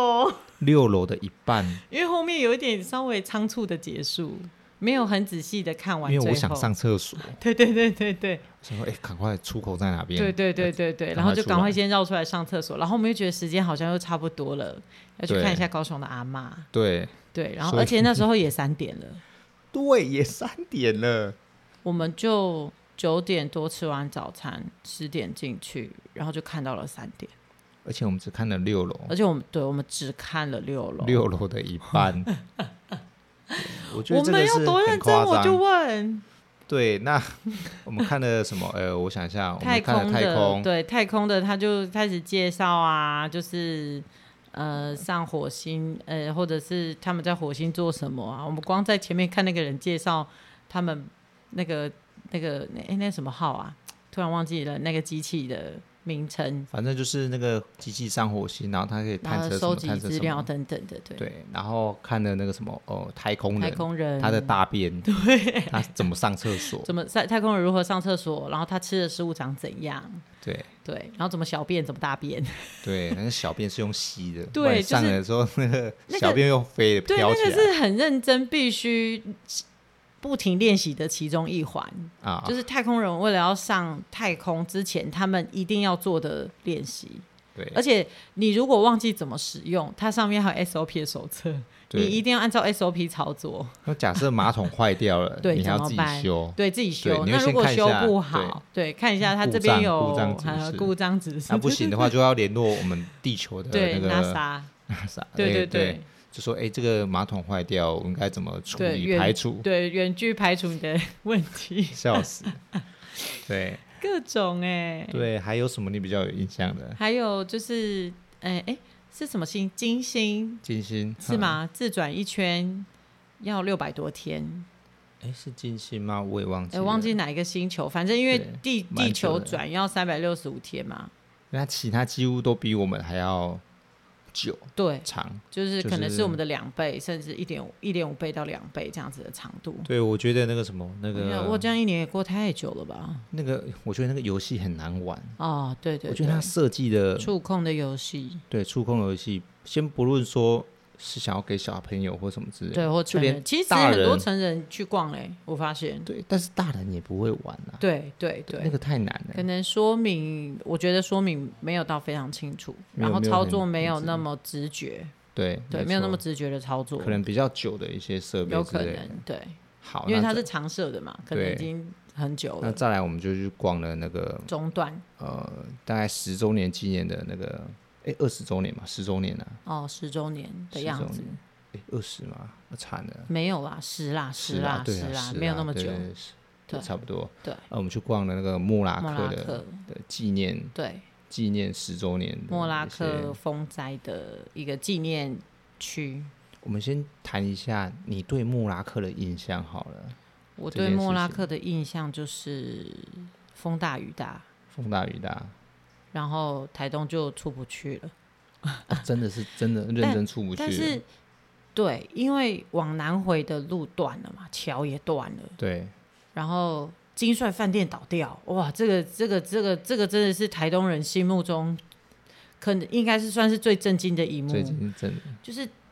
6楼的一半， 因为后面有一点稍微仓促的结束。没有很仔细的看完， 因为我想上厕所。 对， 我说赶快出口在哪边？ 对，然后就赶快先绕出来上厕所，然后我们又觉得时间好像又差不多了，要去看一下高雄的阿嬷。对，然后而且那时候也3点了。 对，也3点了。 我们就9点多吃完早餐，10点进去，然后就看到了3点。 而且我们只看了6楼， 而且我们只看了6楼 ，6楼的一半。我觉得这个是我们要多认真，我就问。 对，那我们看了什么？我想一下，我们看了太空。对，太空的他就开始介绍啊，就是上火星，或者是他们在火星做什么啊？我们光在前面看那个人介绍他们那什么号啊？突然忘记了那个机器的名称， 反正就是那个机器上火星，然后它可以探测收集资料等等的， 对。然后看了那个什么太空人他的大便， 对， 他怎么上厕所， 太空人如何上厕所，然后他吃的食物长怎样， 对， 然后怎么小便怎么大便， 对，那个小便是用吸的， 对， 上来的时候那个小便又飞的飘起来， 对，那个是很认真，必须不停练习的其中一环啊，就是太空人为了要上太空之前，他们一定要做的练习。对，而且你如果忘记怎么使用，它上面还有 SOP 的手册，你一定要按照 SOP 操作。 那假设马桶坏掉了， 对， 你还要自己修， 对，自己修。那如果修不好，对，看一下它这边有故障指示。 那不行的话，就要联络我们地球的那个 NASA。对。 就说这个马桶坏掉，我应该怎么处理排除？ 对，远距排除你的问题。 笑死！对， 各种对，还有什么你比较有印象的？ 还有就是是什么星？金星是吗？自转一圈要600多天。 是金星吗？我也忘记了。 忘记哪一个星球，反正因为地球转要365天嘛。 那其他几乎都比我们还要久， 对， 长， 就是可能是我们的2倍，甚至1.5倍到2倍这样子的长度。 对，我觉得那个什么我这样1年也过太久了吧？ 我觉得那个游戏很难玩哦，对， 我觉得它设计的触控的游戏， 对，触控游戏，先不论说是想要给小朋友或什么之类的， 对，或成人，其实很多成人去逛我发现， 对，但是大人也不会玩啊， 对， 那个太难了， 可能我觉得说明没有到非常清楚，然后操作没有那么直觉， 对， 没有那么直觉的操作， 可能比较久的一些设备， 有可能，对， 好， 因为它是常设的嘛，可能已经很久了。 那再来，我们就去逛了那个中段， 大概10周年纪念的那个。20周年嘛，10周年啊 ，10周年的样子 ，20嘛，惨了， 没有啦，10啦，没有那么久， 对，差不多。 对， 我们去逛了那个莫拉克的纪念， 对， 纪念10周年莫拉克风灾的一个纪念区。 我们先谈一下你对莫拉克的印象好了。 我对莫拉克的印象就是风大雨大，然后台东就出不去了， 真的认真出不去了。 但是对，因为往南回的路断了嘛，桥也断了， 对， 然后金帅饭店倒掉，哇，这个真的是台东人心目中可能应该是算是最震惊的一幕， 最震惊， 就是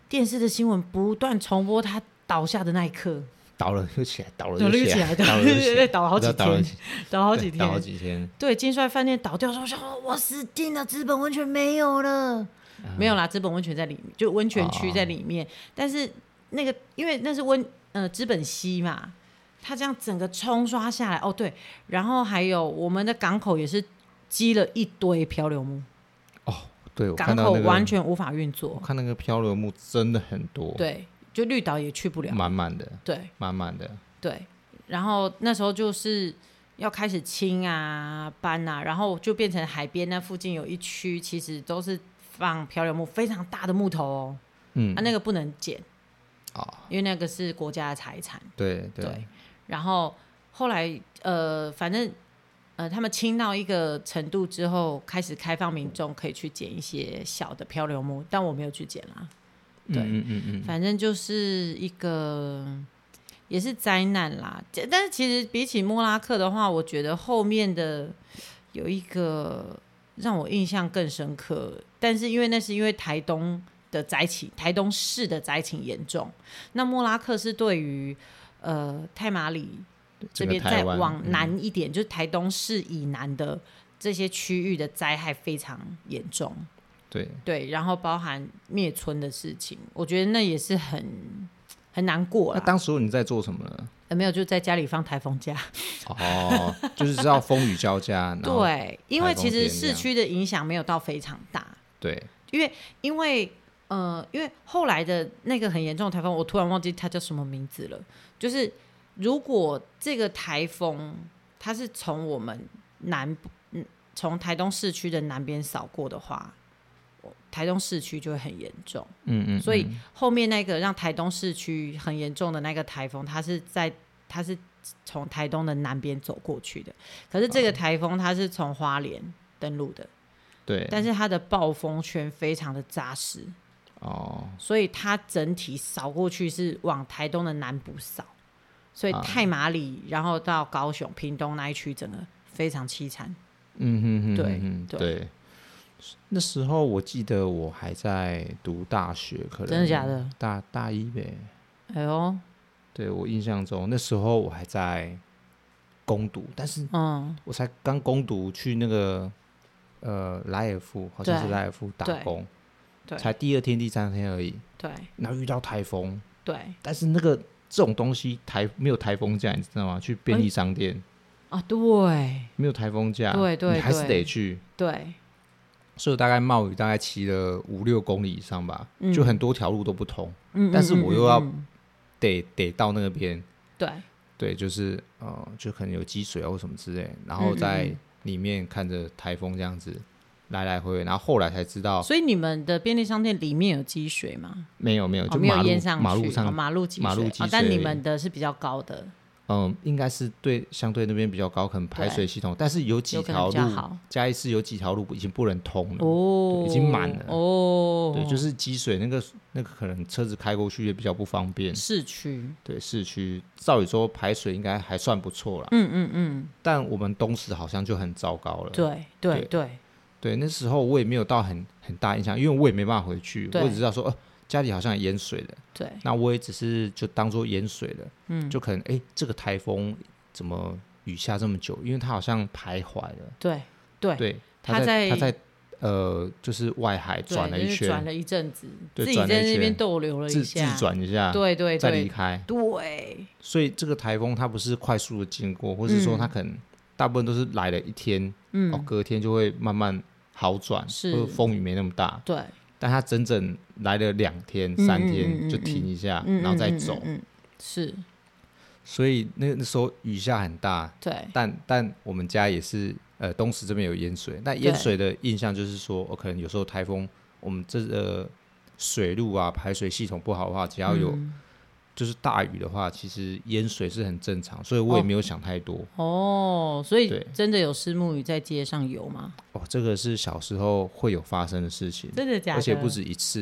电视的新闻不断重播他倒下的那一刻， 倒了又起来，倒了又起来，倒了好几天，倒了好几天。对，金帅饭店倒掉，说我死定了，资本温泉没有了。没有啦，资本温泉在里面，就温泉区在里面。但是那个，因为那是资本溪嘛，它这样整个冲刷下来。哦，对，然后还有我们的港口也是积了一堆漂流木。 哦，对， 港口完全无法运作。 我看那个漂流木真的很多。 对，就绿岛也去不了， 满满的。 对， 满满的。 对，然后那时候就是要开始清啊、搬啊，然后就变成海边那附近有一区，其实都是放漂流木，非常大的木头哦。那个不能剪。因为那个是国家的财产。 对。 然后后来反正他们清到一个程度之后，开始开放民众可以去捡一些小的漂流木，但我没有去捡啦。对，反正就是一个也是灾难啦。但是其实比起莫拉克的话，我觉得后面的有一个让我印象更深刻，但是因为那是因为台东的灾情，台东市的灾情严重。那莫拉克是对于太麻里这边再往南一点，就是台东市以南的这些区域的灾害非常严重。对，然后包含灭村的事情，我觉得那也是很难过啦。 那当时你在做什么呢？ 没有，就在家里放台风假。 就是知道风雨交加。 对，因为其实市区的影响没有到非常大。 对， 因为后来的那个很严重的台风，我突然忘记它叫什么名字了。就是如果这个台风它是从我们从台东市区的南边扫过的话，台东市区就会很严重。所以后面那个让台东市区很严重的那个台风，它是从台东的南边走过去的。可是这个台风它是从花莲登陆的。 对， 但是它的暴风圈非常的扎实。所以它整体扫过去是往台东的南部扫，所以太麻里然后到高雄屏东那一区整个非常凄惨。 对，那时候我记得我还在读大学，可能真的假的？ 大一呗。 哎呦， 对，我印象中那时候我还在攻读，但是我才刚攻读去那个莱尔富，好像是莱尔富打工，才第2天第3天而已。对，然后遇到台风。对，但是这种东西没有台风假，你知道吗？去便利商店对， 没有台风假，对，你还是得去。对，所以我大概冒雨大概骑了5-6公里以上吧，就很多条路都不通。但是我又要得到那边。对，就是就可能有积水或什么之类，然后在里面看着台风这样子来来回回，然后后来才知道。所以你们的便利商店里面有积水吗？ 没有，就马路上马路积水，但你们的是比较高的。 应该是相对那边比较高，可能排水系统，但是有几条路，嘉义市有几条路已经不能通了。已经满了。对，就是积水，那个可能车子开过去也比较不方便。 市区。对， 市区照理说排水应该还算不错啦。但我们东石好像就很糟糕了。对，那时候我也没有到很大印象，因为我也没办法回去，我只知道说家里好像淹水了。对，那我也只是就当作淹水了。就可能这个台风怎么雨下这么久？因为它好像徘徊了。对，它在就是外海转了一圈， 转了一阵子，自己在那边逗留了一下， 自转一下， 对， 再离开。 对， 所以这个台风它不是快速的经过，或是说它可能大部分都是来了一天，隔天就会慢慢好转，或者风雨没那么大。对。但他整整来了2天3天就停一下，然后再走。 是， 所以那时候雨下很大。对，但我们家也是东石这边有淹水。那淹水的印象就是说，可能有时候台风，我们这水路啊排水系统不好的话，只要有就是大雨的话，其实淹水是很正常，所以我也没有想太多。 所以真的有虱目鱼在街上游吗？ 这个是小时候会有发生的事情。 真的假的？ 而且不止一次。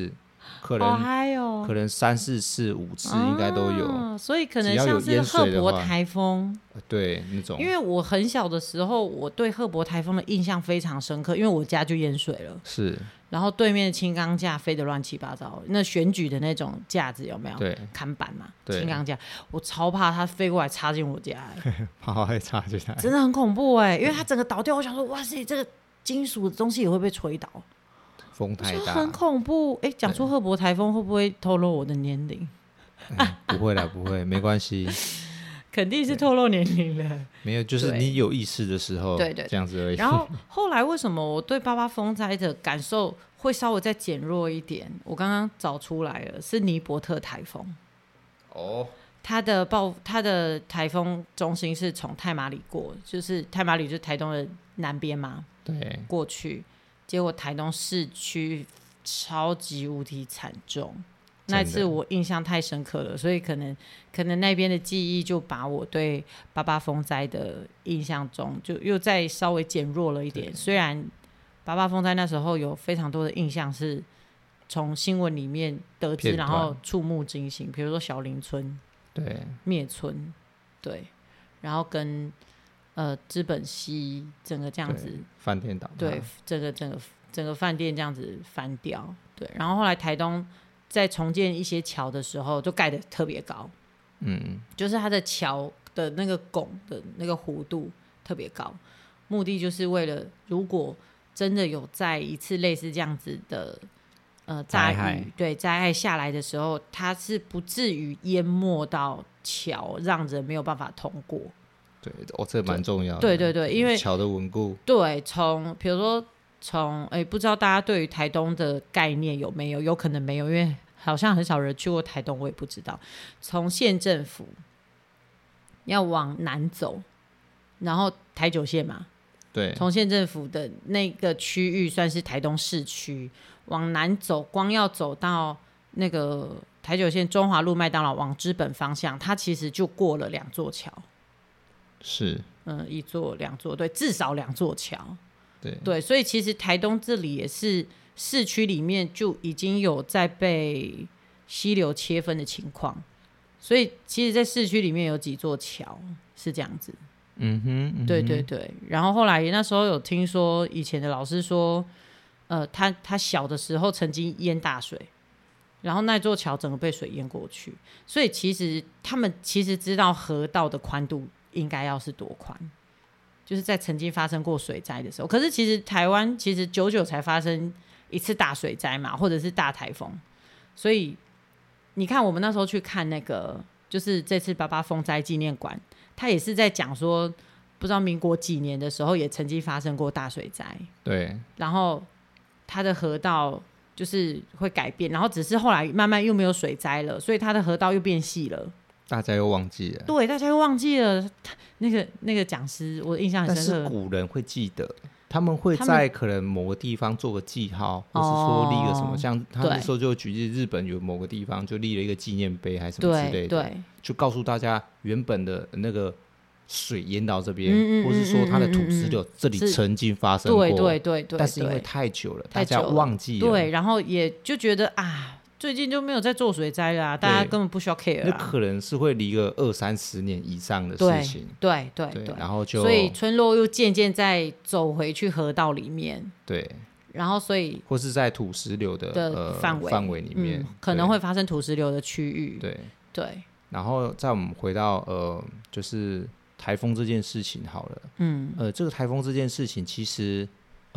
可能好嗨哦， 可能3、4次、5次应该都有， 所以可能像是赫伯台风， 对那种。 因为我很小的时候，我对赫伯台风的印象非常深刻，因为我家就淹水了， 是， 然后对面的轻钢架飞得乱七八糟，那选举的那种架子有没有？ 对， 看板嘛， 对， 轻钢架，我超怕它飞过来插进我家， 怕会插进来， 真的很恐怖因为它整个倒掉，我想说，哇塞，这个金属的东西也会被吹倒。 风太大， 很恐怖。讲出赫伯台风会不会透露我的年龄？ 不会啦，不会，没关系。 肯定是透露年龄了。 没有，就是你有意识的时候， 对， 这样子而已。 然后后来为什么我对8·8风灾的感受会稍微再减弱一点？我刚刚找出来了，是尼伯特台风。它的台风中心是从太马里过，就是太马里就是台东的南边嘛， 对， 过去。结果台东市区超级无敌惨重，那次我印象太深刻了，所以可能那边的记忆就把我对8·8风灾的印象中就又再稍微减弱了一点。虽然8·8风灾那时候有非常多的印象是从新闻里面得知，然后触目惊心，比如说小林村对灭村，对，然后跟资本溪整个这样子饭店倒塌， 对，整个饭店这样子翻掉，对，然后后来台东在重建一些桥的时候就盖得特别高，就是它的桥的那个拱的那个弧度特别高，目的就是为了如果真的有再一次类似这样子的灾害下来的时候，它是不至于淹没到桥，让人没有办法通过。 对，这蛮重要的。 对对对，因为桥的稳固。 对，比如说不知道大家对于台东的概念有没有？有可能没有，因为好像很少人去过台东，我也不知道。从县政府要往南走，然后台九线嘛， 对， 从县政府的那个区域算是台东市区，往南走，光要走到那个台九线中华路麦当劳往知本方向，它其实就过了2座桥。 是 1座2座，对，至少2座桥。 对， 所以其实台东这里也是市区里面就已经有在被溪流切分的情况，所以其实在市区里面有几座桥是这样子。对对对。然后后来那时候有听说以前的老师说他小的时候曾经淹大水，然后那座桥整个被水淹过去，所以其实他们其实知道河道的宽度应该要是多宽，就是在曾经发生过水灾的时候。可是其实台湾其实久才发生一次大水灾嘛，或者是大台风，所以你看我们那时候去看那个就是这次8·8风灾纪念馆，他也是在讲说不知道民国几年的时候也曾经发生过大水灾， 对， 然后它的河道就是会改变，然后只是后来慢慢又没有水灾了，所以它的河道又变细了， 大家又忘记了。 对，大家又忘记了。那个讲师我印象很深刻， 但是古人会记得，他们会在可能某个地方做个记号，或是说立个什么，像他那时候就举例日本有某个地方就立了一个纪念碑还是什么之类的， 对， 就告诉大家原本的那个水淹到这边，或是说它的土石流这里曾经发生过， 对， 但是因为太久了，大家忘记了， 对，然后也就觉得最近就没有在做水灾啦，大家根本不需要 care 啦， 那可能是会离个20-30年以上的事情， 对， 然后就所以村落又渐渐再走回去河道里面， 对， 然后所以或是在土石流的范围里面， 可能会发生土石流的区域，对， 然后再我们回到就是台风这件事情好了，这个台风这件事情其实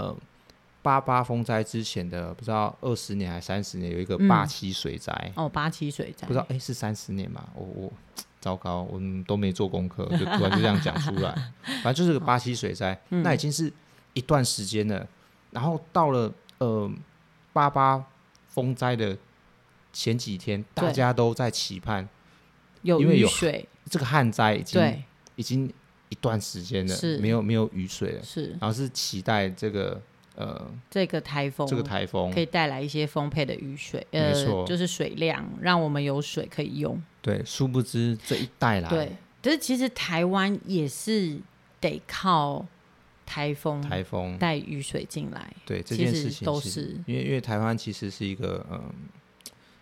8·8风灾之前的不知道20年还30年有一个87水灾， 87水灾， 不知道是30年嘛？我糟糕，我们都没做功课，就突然就这样讲出来。反正就是个87水灾，那已经是一段时间了。然后到了8·8风灾的前几天，大家都在期盼， 有雨水， 这个旱灾已经一段时间了，没有雨水了，然后是期待这个台风可以带来一些丰沛的雨水， 没错， 就是水量，让我们有水可以用。 对，殊不知这一带来， 对，但是其实台湾也是得靠台风带雨水进来。 对，这件事情都是因为台湾其实是一个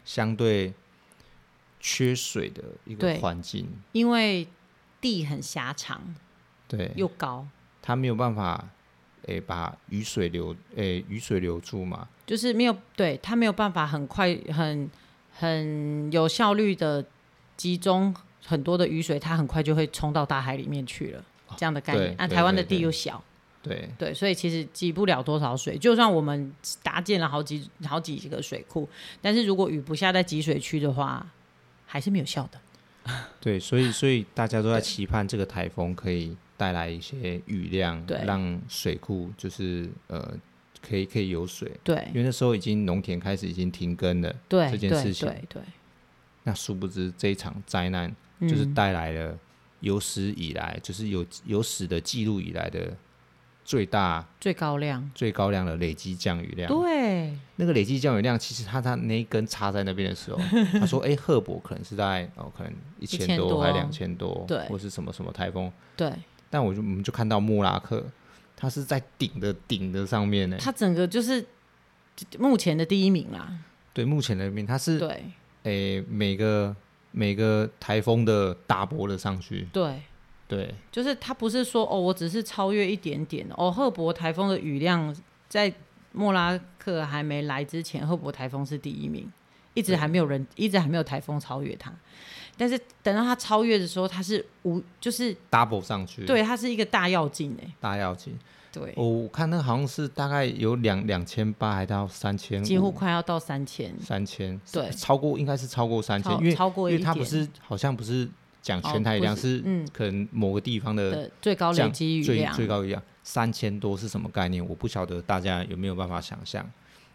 相对缺水的一个环境， 因为地很狭长， 对， 又高， 它没有办法把雨水留住嘛， 就是没有，对，它没有办法很快很有效率的集中很多的雨水，它很快就会冲到大海里面去了，这样的概念。台湾的地又小，对，所以其实积不了多少水。就算我们搭建了好几个水库，但是如果雨不下在集水区的话，还是没有效的。 对，所以大家都在期盼这个台风可以带来一些雨量，让水库就是可以有水。对，因为那时候农田开始已经停耕了，对这件事情。对，那殊不知这一场灾难就是带来了有史以来，就是有史的记录以来的最高量的累积降雨量。对，那个累积降雨量，其实他那一根插在那边的时候，他说赫伯可能是在可能1000多还2000多，对，或是什么台风。对，但我们就看到莫拉克，它是在顶的上面呢，它整个就是目前的第一名啦。 对，目前的第一名，它是每个台风的大波的上去。对， 就是它不是说我只是超越一点点赫伯台风的雨量在莫拉克还没来之前，赫伯台风是第一名，一直还没有台风超越它。但是等到它超越的时候，它是就是 double 上去， 对，它是一个大跃进大跃进。对，我看那好像是大概有2800还到3000， 几乎快要到3000， 对，应该是超过3000，因为它好像不是讲全台雨量，是可能某个地方的最高累积雨量， 最高雨量3000多是什么概念？我不晓得大家有没有办法想象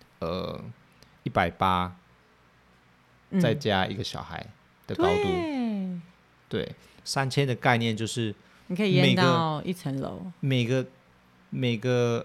，180再加一个小孩的高度，对，3000的概念就是你可以淹到一层楼， 每个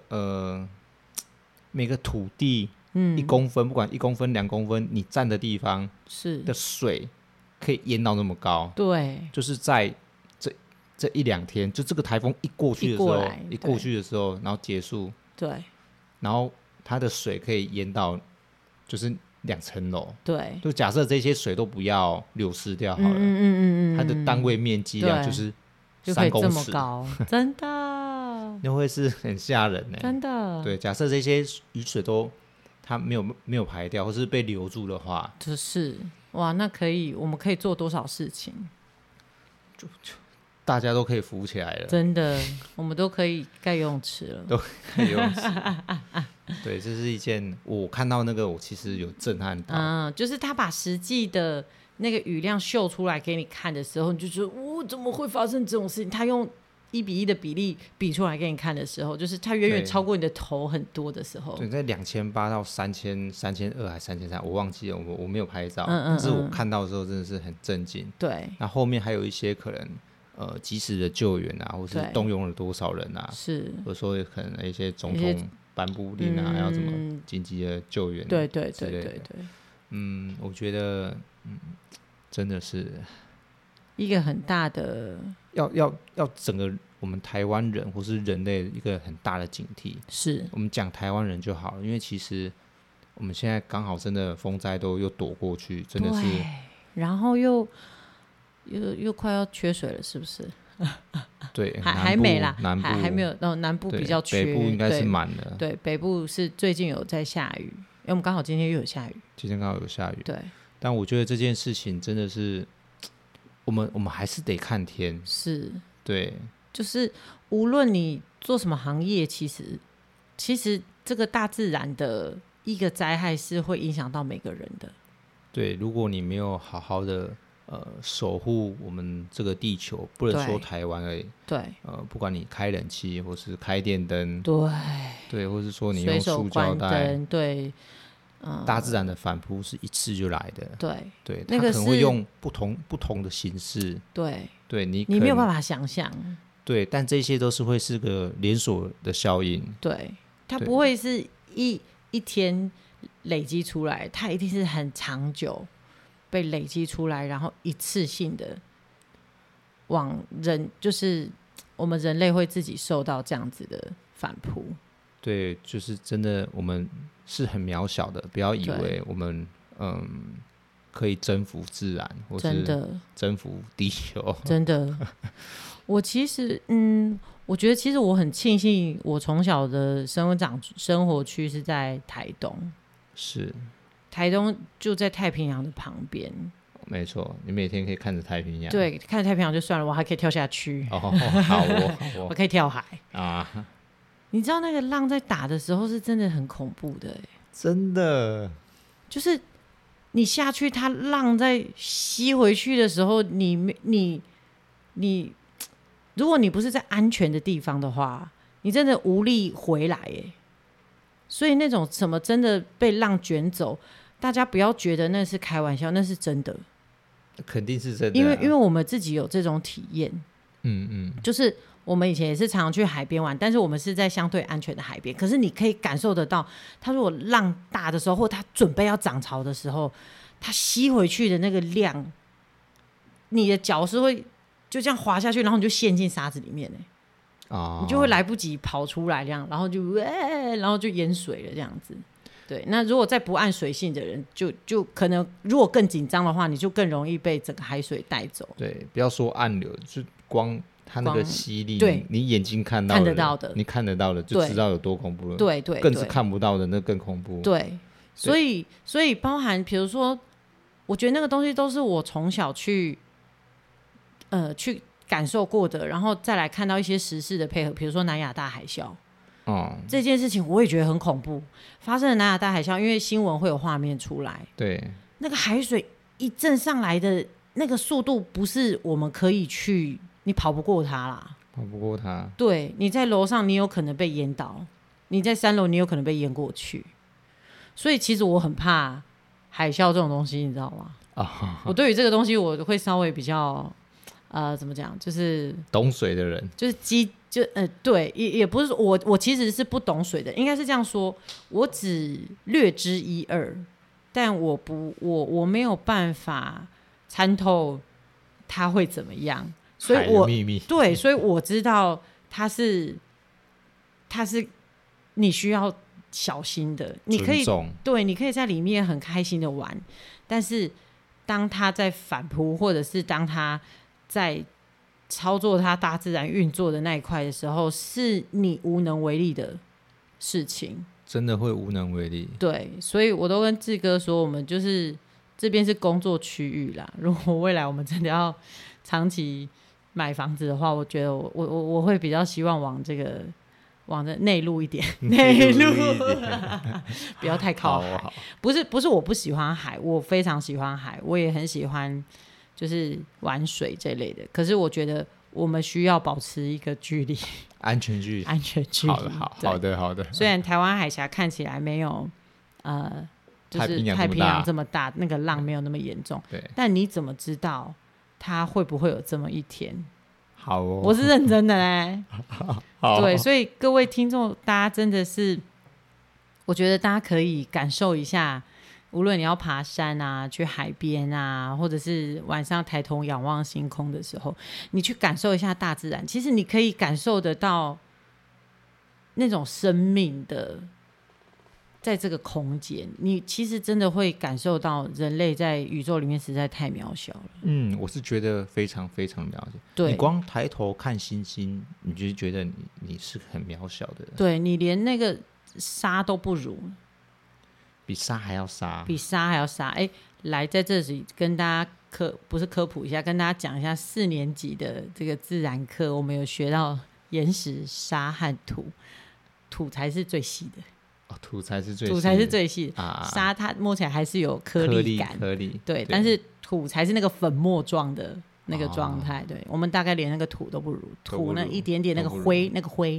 土地1公分，不管1公分2公分，你站的地方的水可以淹到那么高。对，就是在这1-2天，就这个台风一过去的时候，然后结束，对，然后它的水可以淹到就是2层楼。对，就假设这些水都不要流失掉好了，它的单位面积量就是3公尺，就可以这么高， 真的， 那会是很吓人呢， 真的。对， 假设这些雨水都它没有排掉，或是被留住的话， 就是哇，那我们可以做多少事情？ 就大家都可以浮起来了， 真的，我们都可以盖游泳池了， 都可以游泳池。对，这是一件我看到那个，我其实有震撼到。 就是他把实际的那个雨量秀出来给你看的时候，你就觉得怎么会发生这种事情？他用1:1的比例比出来给你看的时候，就是它远远超过你的头很多的时候。 对，在2800到3000、3200还3300，我忘记了，我没有拍照，但是我看到的时候真的是很震惊。对，那后面还有一些可能及时的救援啊，或是动用了多少人啊，是，或者说可能一些总统颁布令啊，要怎么紧急的救援，对，我觉得真的是一个很大的要整个我们台湾人或是人类一个很大的警惕。是我们讲台湾人就好了，因为其实我们现在刚好真的风灾都又躲过去，真的是， 然后又快要缺水了，是不是？ 对， 还没啦， 南部还没有，南部比较缺， 北部应该是满了。 对，北部是最近有在下雨，因为我们刚好今天又有下雨， 今天刚好有下雨。对，但我觉得这件事情真的是，我们还是得看天。是，对， 就是无论你做什么行业，其实这个大自然的一个灾害是会影响到每个人的。 对，如果你没有好好的守护我们这个地球，不能说台湾而已。对，不管你开冷气或是开电灯，对，或是说你用塑胶袋，对，大自然的反扑是一次就来的。对，它可能会用不同的形式。对，你没有办法想象。 对，但这些都是会是个连锁的效应。 对，它不会是一天累积出来，它一定是很长久被累积出来，然后一次性的往就是我们人类会自己受到这样子的反扑。 对，就是真的我们是很渺小的，不要以为我们可以征服自然，或是征服地球。 真的，我其实我觉得其实我很庆幸，我从小的生活区是在台东， 是台东就在太平洋的旁边。 没错，你每天可以看着太平洋。 对，看着太平洋就算了，我还可以跳下去。 好哦， 我可以跳海啊！ 你知道那个浪在打的时候是真的很恐怖的真的， 就是你下去，它浪在吸回去的时候，你，如果你不是在安全的地方的话，你真的无力回来所以那种什么真的被浪卷走，大家不要觉得那是开玩笑，那是真的。 肯定是真的因为我们自己有这种体验。就是我们以前也是常常去海边玩，但是我们是在相对安全的海边，可是你可以感受得到，它如果浪大的时候，或它准备要涨潮的时候，它吸回去的那个量，你的脚是会就这样滑下去，然后你就陷进沙子里面你就会来不及跑出来，这样，然后就淹水了这样子。对，那如果在不按水性的人，就可能如果更紧张的话，你就更容易被整个海水带走。 对，不要说暗流，就光它那个吸力， 对， 你眼睛看得到的， 你看得到的就知道有多恐怖了。 对， 更是看不到的那更恐怖。 对，所以包含比如说，我觉得那个东西都是我从小去感受过的，然后再来看到一些时事的配合，比如说南亚大海啸。这件事情我也觉得很恐怖，发生了南亚大海啸，因为新闻会有画面出来， 对， 那个海水一震上来的那个速度，不是我们可以去，你跑不过它啦， 跑不过它。对， 你在楼上你有可能被淹倒，你在3楼你有可能被淹过去，所以其实我很怕海啸这种东西，你知道吗？我对于这个东西我会稍微比较怎么讲，就是懂水的人， 就是对，也不是说我其实是不懂水的，应该是这样说，我只略知一二，但我没有办法参透它会怎么样，所以我秘密对，所以我知道它是你需要小心的，你可以对，你可以在里面很开心的玩，但是当它在反扑，或者是当它在操作它大自然运作的那一块的时候，是你无能为力的事情， 真的会无能为力。 对，所以我都跟志哥说，我们就是这边是工作区域啦，如果未来我们真的要长期买房子的话，我觉得我会比较希望往这内陆一点，内陆不要太靠海。好，不是我不喜欢海，我非常喜欢海，我也很喜欢就是玩水这类的，可是我觉得我们需要保持一个距离，安全距离。好的。虽然台湾海峡看起来没有就是太平洋这么大，那个浪没有那么严重，对，但你怎么知道它会不会有这么一天？ 好哦， 我是认真的嘞。对，所以各位听众，大家真的是，我觉得大家可以感受一下。无论你要爬山啊，去海边啊，或者是晚上抬头仰望星空的时候，你去感受一下大自然，其实你可以感受得到那种生命的在这个空间，你其实真的会感受到人类在宇宙里面实在太渺小了。 我是觉得非常非常了解。 对， 你光抬头看星星，你就觉得你是很渺小的人。 对，你连那个沙都不如。 比沙还要沙， 来在这里跟大家不是科普一下，跟大家讲一下4年级的这个自然课，我们有学到岩石、沙和土才是最细的。 土才是最细的沙它摸起来还是有颗粒感，对，但是土才是那个粉末状的那个状态。对，我们大概连那个土都不如，土那一点点那个灰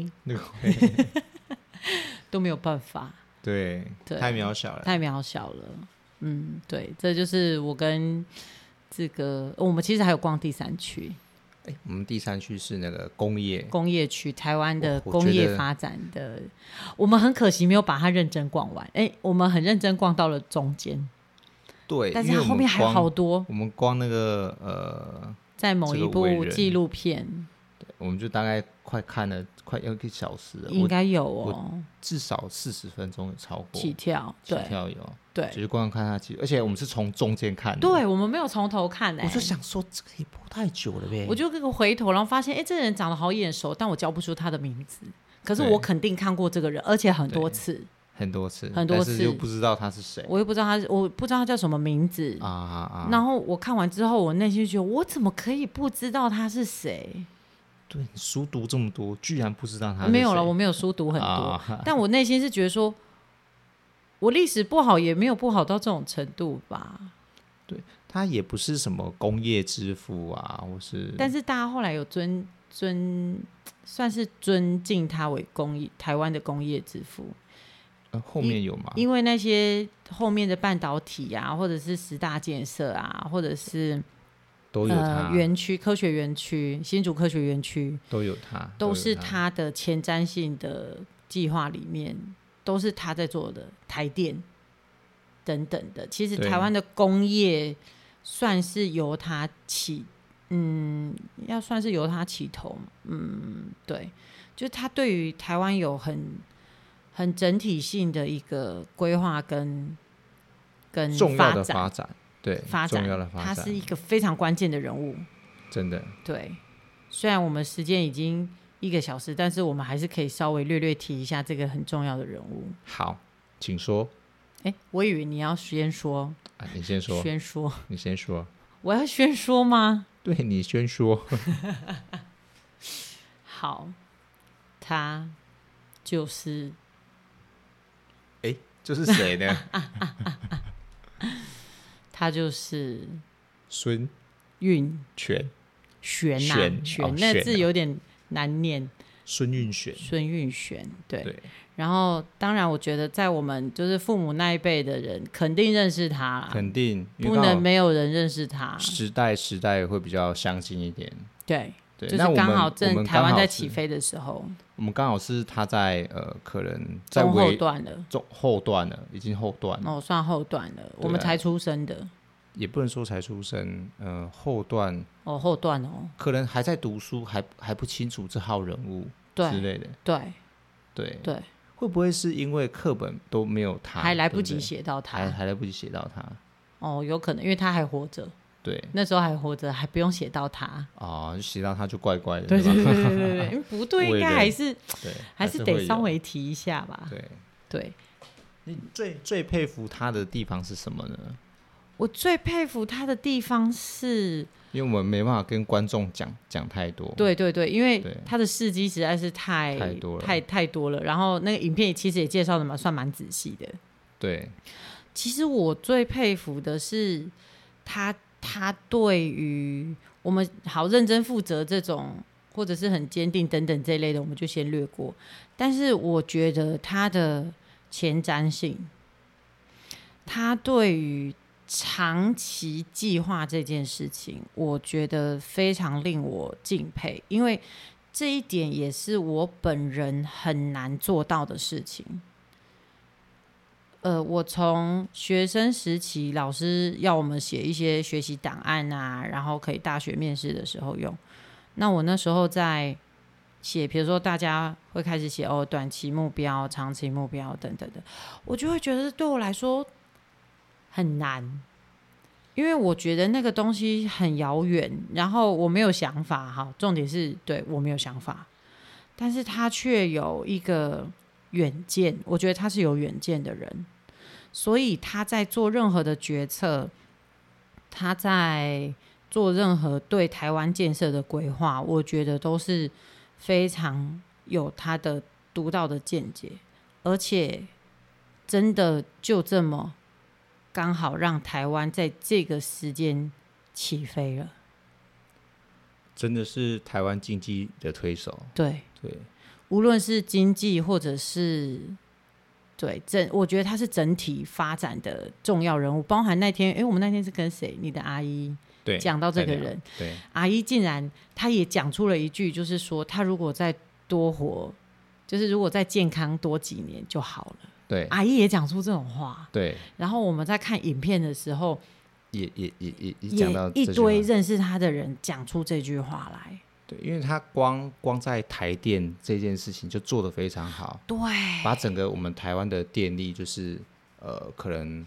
都没有办法。 对，太渺小了。 对，这就是我跟志哥，我们其实还有逛第3区。 我们第3区是那个工业区，台湾的工业发展的，我们很可惜没有把它认真逛完。我们很认真逛到了中间， 对， 但是它后面还有好多。 我们光那个在某一部纪录片， 我们就大概快看了快1个小时了， 应该有哦， 至少40分钟有超过起跳有。 对， 就是光看他记录，而且我们是从中间看的， 对，我们没有从头看我就想说这个也播太久了呗， 我就回头，然后发现，这个人长得好眼熟，但我叫不出他的名字，可是我肯定看过这个人，而且很多次，但是又不知道他是谁， 我不知道他叫什么名字然后我看完之后，我内心就觉得，我怎么可以不知道他是谁？ 对，你书读这么多，居然不知道他是谁？ 没有了，我没有书读很多，但我内心是觉得说，我历史不好，也没有不好到这种程度吧。 对，他也不是什么工业之父啊， 但是大家后来有算是尊敬他为台湾的工业之父。 后面有吗？ 因为那些后面的半导体啊，或者是10大建设啊，或者是都有他园区、科学园区、新竹科学园区都有他， 都是他的前瞻性的计划里面，都是他在做的。台电等等的，其实台湾的工业算是由他要算是由他起头，对，就是他对于台湾有很整体性的一个规划跟重要的发展，对，重要的发展， 他是一个非常关键的人物， 真的。 对，虽然我们时间已经1个小时，但是我们还是可以稍微略提一下这个很重要的人物。 好，请说。 我以为你要先说， 你先说。 宣说， 你先说。 我要宣说吗？ 对，你宣说。 好，他就是就是谁呢？ 他就是孙运璇， 璇那个字有点难念。 孙运璇， 对。然后，当然，我觉得在我们就是父母那一辈的人，肯定认识他啦， 肯定不能没有人认识他。 时代会比较相近一点。 对，就是刚好正台湾在起飞的时候， 我们刚好是他在可能在中后段了， 已经后段了。 算后段了，我们才出生的。 也不能说才出生，后段可能还在读书，还不清楚这号人物之类的。对，会不会是因为课本都没有他， 还来不及写到他， 还来不及写到他？ 有可能，因为他还活着。 对， 那时候还活着，还不用写到他。 写到他就怪怪的。 对，不对，应该还是得稍微提一下吧。对， 你最佩服他的地方是什么呢？ 我最佩服他的地方是， 因为我们没办法跟观众讲太多。 对，因为他的事迹实在是太多了。然后那个影片其实也介绍的算蛮仔细的。 对， 其实我最佩服的是他对于我们好认真负责这种，或者是很坚定等等这一类的，我们就先略过。但是我觉得他的前瞻性，他对于长期计划这件事情，我觉得非常令我敬佩，因为这一点也是我本人很难做到的事情。我从学生时期，老师要我们写一些学习档案啊，然后可以大学面试的时候用。那我那时候在写，比如说大家会开始写短期目标、长期目标等等的，我就会觉得对我来说很难，因为我觉得那个东西很遥远，然后我没有想法。重点是对我没有想法，但是他却有一个远见，我觉得他是有远见的人，所以他在做任何的决策，他在做任何对台湾建设的规划，我觉得都是非常有他的独到的见解，而且真的就这么刚好让台湾在这个时间起飞了， 真的是台湾经济的推手。 对，无论是经济或者是我觉得他是整体发展的重要人物，包含那天我们那天是跟谁？你的阿姨讲到这个人， 对， 阿姨竟然她也讲出了一句，就是说她如果再多活，就是如果再健康多几年就好了。 对， 阿姨也讲出这种话。 对， 然后我们在看影片的时候， 也讲到一堆认识他的人讲出这句话来。 对，因为他光在台电这件事情就做得非常好。 对， 把整个我们台湾的电力就是可能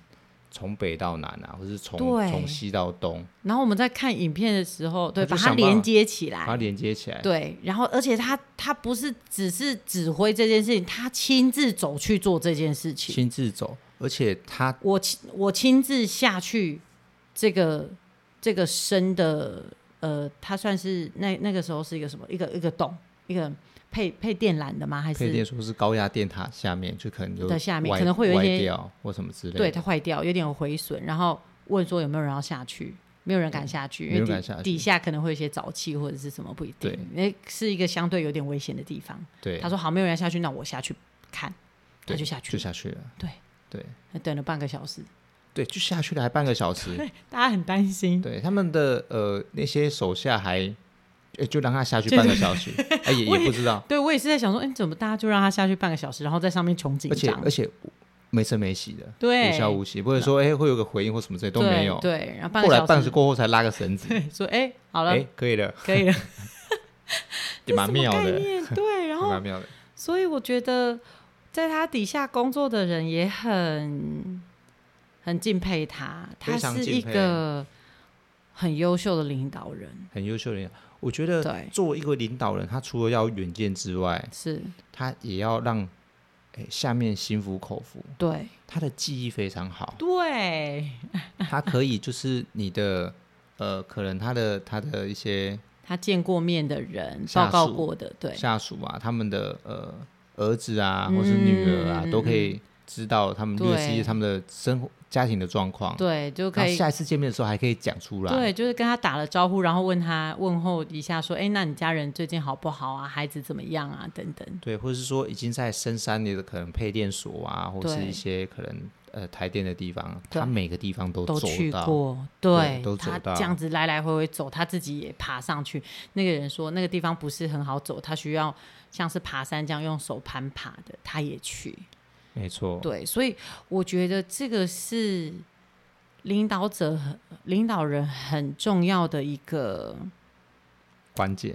从北到南啊，或是从西到东。 然后我们在看影片的时候，对，把它连接起来，对，然后而且他不是只是指挥这件事情，他亲自走去做这件事情， 亲自走，而且我亲自下去这个深的它算是那个时候是一个什么一个洞，一个配电缆的吗？还是配电说是高压电塔下面就可能有的下面可能会有一些歪掉或什么之类的， 对，它坏掉，有点有毁损，然后问说有没有人要下去，没有人敢下去，因为底下可能会有一些沼气或者是什么不一定，因为是一个相对有点危险的地方。 对， 他说好，没有人要下去，那我下去看，他就下去了，对，等了半个小时。 对，就下去了，还半个小时。 对，大家很担心。 对，他们的那些手下还就让他下去半个小时，也不知道。 对，我也是在想说，怎么大家就让他下去半个小时，然后在上面穷紧张， 而且没声没息的， 对， 无消无息，不会说会有个回应或什么之类都没有。 对，然后后来半个小时过后才拉个绳子， 对，说好了， 可以了， 也蛮妙的。 对，然后蛮妙的。 所以我觉得在他底下工作的人也很敬佩他，他是一个很优秀的领导人， 很优秀的领导。我觉得作为一个领导人，他除了要有远见之外， 是他也要让下面心服口服。 对， 他的记忆非常好。 对， 他可以就是你的可能他的一些他见过面的人报告过的，对， 下属啊，他们的儿子啊，或是女儿啊，都可以知道他们略知一些他们的生活家庭的状况， 对，就可以下一次见面的时候还可以讲出来， 对，就是跟他打了招呼，然后问候一下说，那你家人最近好不好啊？孩子怎么样啊？等等， 对，或者是说已经在深山里的可能配电所啊，或是一些可能台电的地方，他每个地方都去过，对， 都走到， 他这样子来来回回走，他自己也爬上去。那个人说那个地方不是很好走，他需要像是爬山这样用手攀爬的，他也去。 没错， 对，所以我觉得这个是领导人很重要的一个关键，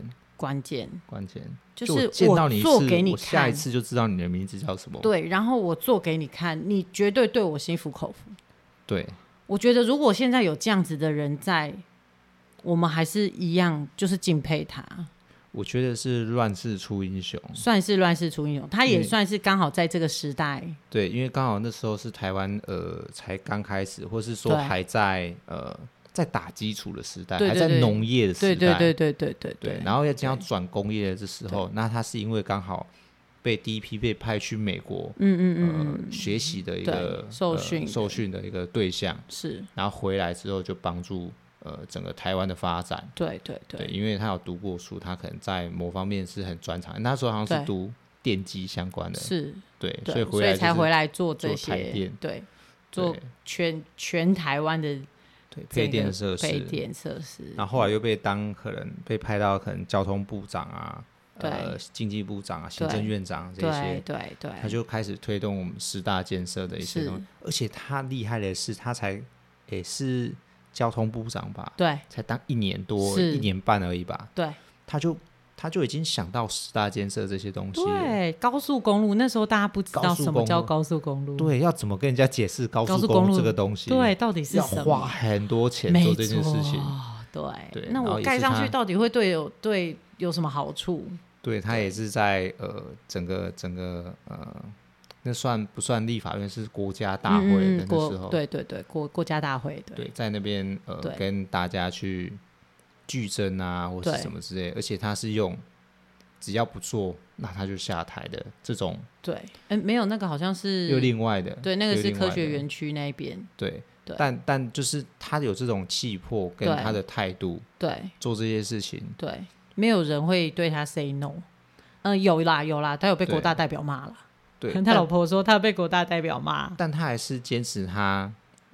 就是见到你做给你看， 我下一次就知道你的名字叫什么。 对，然后我做给你看，你绝对对我心服口服。 对， 我觉得如果现在有这样子的人在，我们还是一样，就是敬佩他。 我觉得是乱世出英雄， 算是乱世出英雄，他也算是刚好在这个时代。 对，因为刚好那时候是台湾才刚开始，或是说还在在打基础的时代，还在农业的时代，对，然后要将要转工业的这时候，那他是因为刚好被第一批被派去美国，学习的一个受训的一个对象是， 然后回来之后就帮助。整个台湾的发展， 对， 因为他有读过书，他可能在某方面是很专长。那时候好像是读电机相关的， 是， 对， 所以才回来做这些， 台电， 对，做全台湾的配电设施，然后后来又可能被派到可能交通部长啊，经济部长啊，行政院长这些， 对， 他就开始推动我们10大建设的一些东西。而且他厉害的是，他才也是。交通部长吧， 对， 才当1年多1年半而已吧， 对， 他就已经想到10大建设这些东西了。 对，高速公路那时候大家不知道什么叫高速公路， 对，要怎么跟人家解释高速公路这个东西？ 对，到底是什么？ 要花很多钱做这件事情。 对，那我盖上去到底会对有什么好处？ 对，他也是在整个那算不算立法院？是国家大会的那时候， 对，国家大会， 对，在那边跟大家去剧争啊，或是什么之类，而且他是用只要不做，那他就下台的这种。 对，没有那个好像是又另外的， 对，那个是科学园区那边， 对，但就是他有这种气魄跟他的态度， 对， 做这些事情， 对，没有人会对他 say no。有啦，他有被国大代表骂了。 对， 他老婆说他被国大代表骂， 但他还是坚持他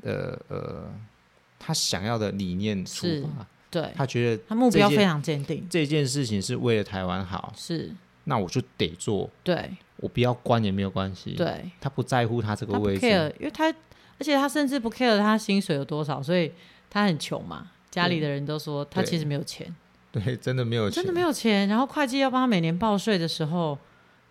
他想要的理念出发。 对， 他觉得他目标非常坚定， 这件事情是为了台湾好， 是， 那我就得做。 对， 我不要关也没有关系。 对， 他不在乎他这个位置， 因为而且他甚至不 care 他薪水有多少，所以他很穷嘛，家里的人都说他其实没有钱。 对，真的没有钱， 然后会计要帮他每年报税的时候，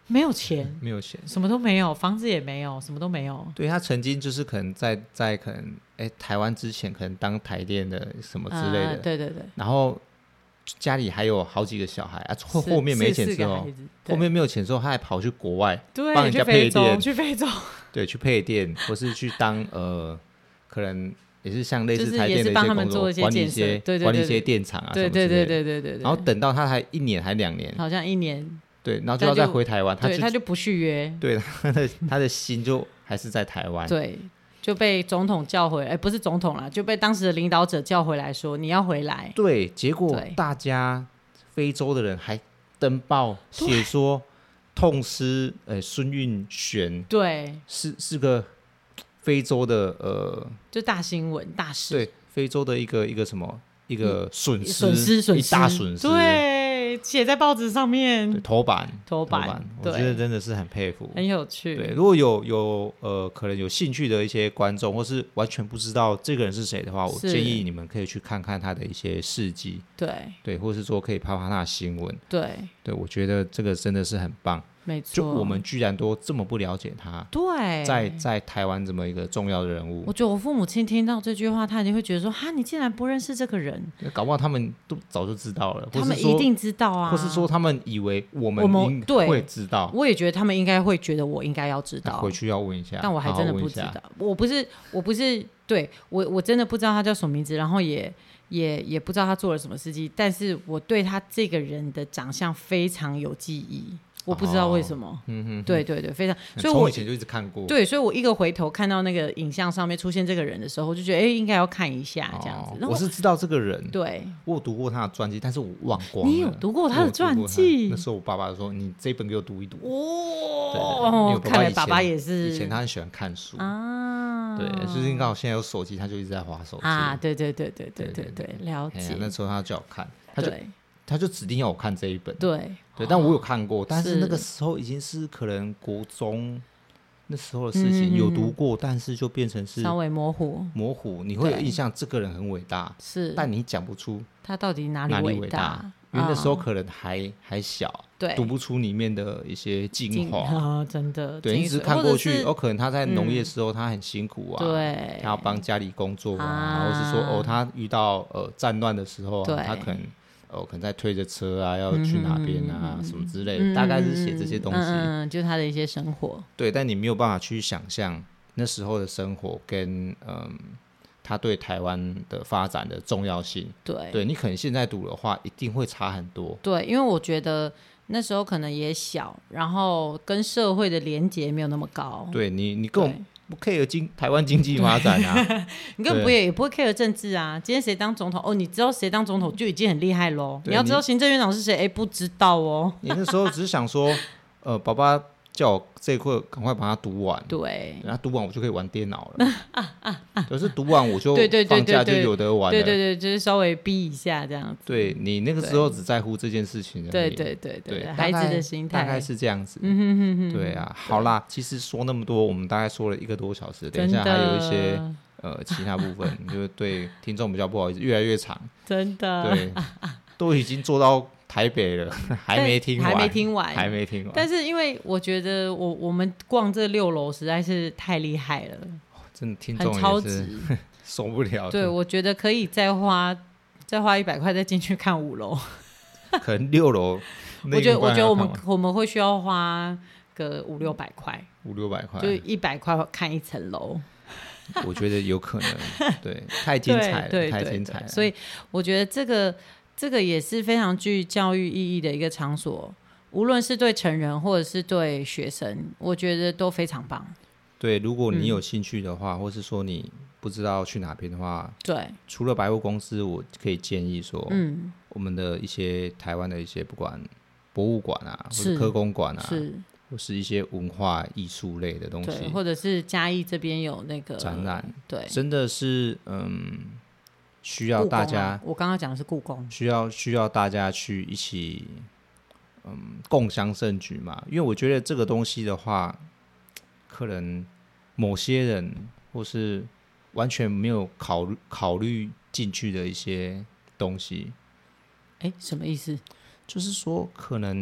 没有钱， 没有钱， 什么都没有，房子也没有，什么都没有。 对，他曾经就是可能在可能台湾之前可能当台电的什么之类的， 对对对， 然后家里还有好几个小孩啊，后面没钱之后，后面没有钱之后，他还跑去国外帮人家配电， 去非洲， 对，去配电，或是去当可能也是像类似台电的一些工作，管理一些电厂啊什么之类的，对。然后等到他才1年还2年， 好像1年， 对，然后就要再回台湾， 他就不续约， 对，他的心就还是在台湾， 对。就被总统叫回来，不是总统啦，就被当时的领导者叫回来说你要回来。 对，结果大家非洲的人还登报写说痛失孙运璇， 对， 是个非洲的就大新闻大事， 对，非洲的一个什么一个损失， 一大损失， 对，写在报纸上面， 头版，我觉得真的是很佩服， 很有趣。 对，如果有可能有兴趣的一些观众，或是完全不知道这个人是谁的话，我建议你们可以去看看他的一些事迹，对，或是说可以爬爬他的新闻，对，我觉得这个真的是很棒。 没错， 就我们居然都这么不了解他， 对， 在台湾这么一个重要的人物， 我觉得我父母亲听到这句话，他一定会觉得说：“哈，你竟然不认识这个人？” 搞不好他们都早就知道了， 他们一定知道啊， 或是说他们以为我们会知道。 我也觉得他们应该会觉得我应该要知道， 回去要问一下， 但我还真的不知道。我不是，对我真的不知道他叫什么名字，然后也不知道他做了什么事情，但是我对他这个人的长相非常有记忆。我不知道为什么，对，非常，所以我从以前就一直看过， 对，所以我一个回头看到那个影像上面出现这个人的时候，我就觉得应该要看一下这样子。 我是知道这个人， 对， 我有读过他的传记，但是我忘光了。 你有读过他的传记？ 那时候我爸爸说：“你这本给我读一读。” 哦，看来爸爸也是， 以前他很喜欢看书啊，对，就是刚好现在有手机，他就一直在滑手机啊， 对，了解。 那时候他叫我看，他就指定要我看这一本，对，但我有看过，但是那个时候已经是可能国中那时候的事情，有读过，但是就变成是稍微模糊， 你会有印象这个人很伟大， 是， 但你讲不出他到底哪里伟大， 因为那时候可能还小，对，读不出里面的一些精华， 真的， 对，一直看过去，可能他在农业时候他很辛苦啊，对，他要帮家里工作啊，或是说他遇到战乱的时候，他可能在推着车啊，要去哪边啊，什么之类的，大概是写这些东西， 就是他的一些生活。 对，但你没有办法去想象那时候的生活跟他对台湾的发展的重要性。对，你可能现在读的话，一定会差很多。 对，因为我觉得那时候可能也小，然后跟社会的连结没有那么高。 对你根本不 care 台湾经济发展啊， 你根本也不会 care 政治啊。今天谁当总统你知道谁当总统就已经很厉害咯。你要知道行政院长是谁不知道哦。 你那时候只是想说爸爸叫我这一课赶快把它读完， 对， 然后读完我就可以玩电脑了可是读完我就放假就有得玩了， 对，就是稍微逼一下这样子。 对，你那个时候只在乎这件事情而已， 对，孩子的心态大概是这样子。对啊，好啦，其实说那么多，我们大概说了1个多小时，等一下还有一些其他部分就是对听众比较不好意思，越来越长， 真的， 对，都已经做到台北了，还没听完。 但是因为我觉得我们逛这6楼实在是太厉害了， 真的听众也是受不了。 对，我觉得可以再花100块再进去看5楼， 可能6楼。 我觉得我们会需要花个500-600块 ，500-600块， 就100块看1层楼。 我觉得有可能，对，太精彩了，太精彩了。 所以我觉得这个也是非常具教育意义的一个场所，无论是对成人或者是对学生，我觉得都非常棒。 对，如果你有興趣的话，或是说你不知道去哪边的话， 对， 除了百货公司，我可以建议说，我们的一些台湾的一些不管博物馆啊，或是科工馆啊，或是一些文化艺术类的东西， 或者是嘉义这边有那个展览， 对， 真的是需要大家， 我刚刚讲的是故宫， 需要大家去一起共襄盛举嘛，因为我觉得这个东西的话，可能某些人或是完全没有考虑进去的一些东西。 什么意思？ 就是说可能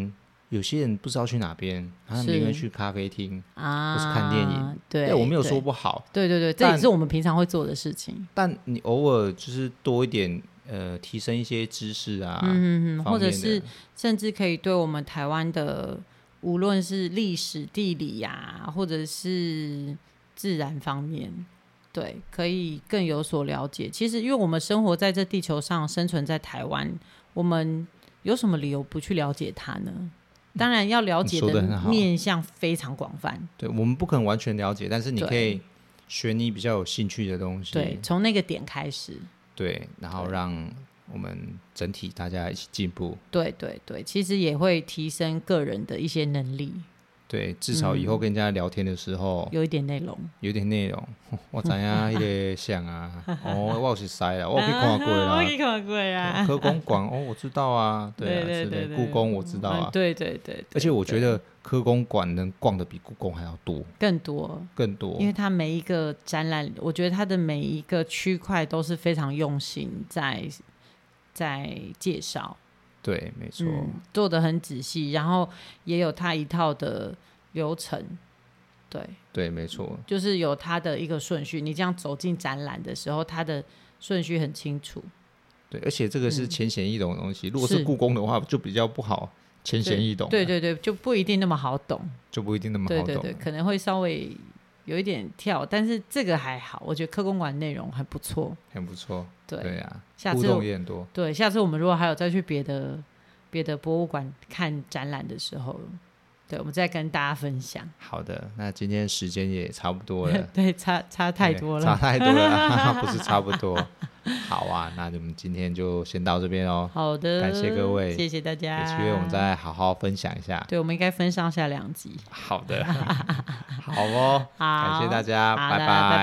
有些人不知道去哪边，他们宁愿去咖啡厅或是看电影。 对， 我没有说不好。 对，这也是我们平常会做的事情。 但你偶尔就是多一点提升一些知识啊， 或者是甚至可以对我们台湾的无论是历史地理啊，或者是自然方面，对，可以更有所了解。其实因为我们生活在这地球上，生存在台湾，我们有什么理由不去了解它呢？当然要了解的面向非常广泛。 对，我们不可能完全了解，但是你可以学你比较有兴趣的东西。 对，从那个点开始。 对，然后让我们整体大家一起进步。 对，其实也会提升个人的一些能力。 对，至少以后跟人家聊天的时候， 有一点内容， 我知道那个像啊，我是识啦，我去看过啦， 我去看过啊， 科公馆我知道啊，对啊，之类，故宫我知道啊， 对， 而且我觉得科公馆能逛的比故宫还要多， 更多， 因为它每一个展览，我觉得它的每一个区块都是非常用心在介绍。 对，没错， 做得很仔细，然后也有他一套的流程。对， 没错， 就是有他的一个顺序。你这样走进展览的时候，他的顺序很清楚。 对，而且这个是浅显易懂的东西。如果是故宫的话，就比较不好浅显易懂。 对，就不一定那么好懂。 对， 可能会稍微有一点跳，但是这个还好，我觉得科公馆内容很不错，对啊， 互动也很多。 对，下次我们如果还有再去别的博物馆看展览的时候，对，我们再跟大家分享。 好的，那今天时间也差不多了。 对，差太多了， 不是差不多。好啊，那我们今天就先到这边哦。 好的， 感谢各位， 谢谢大家。 有机会我们再好好分享一下。 对，我们应该分上下2集。 好的，好哦，感谢大家，拜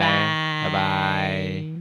拜。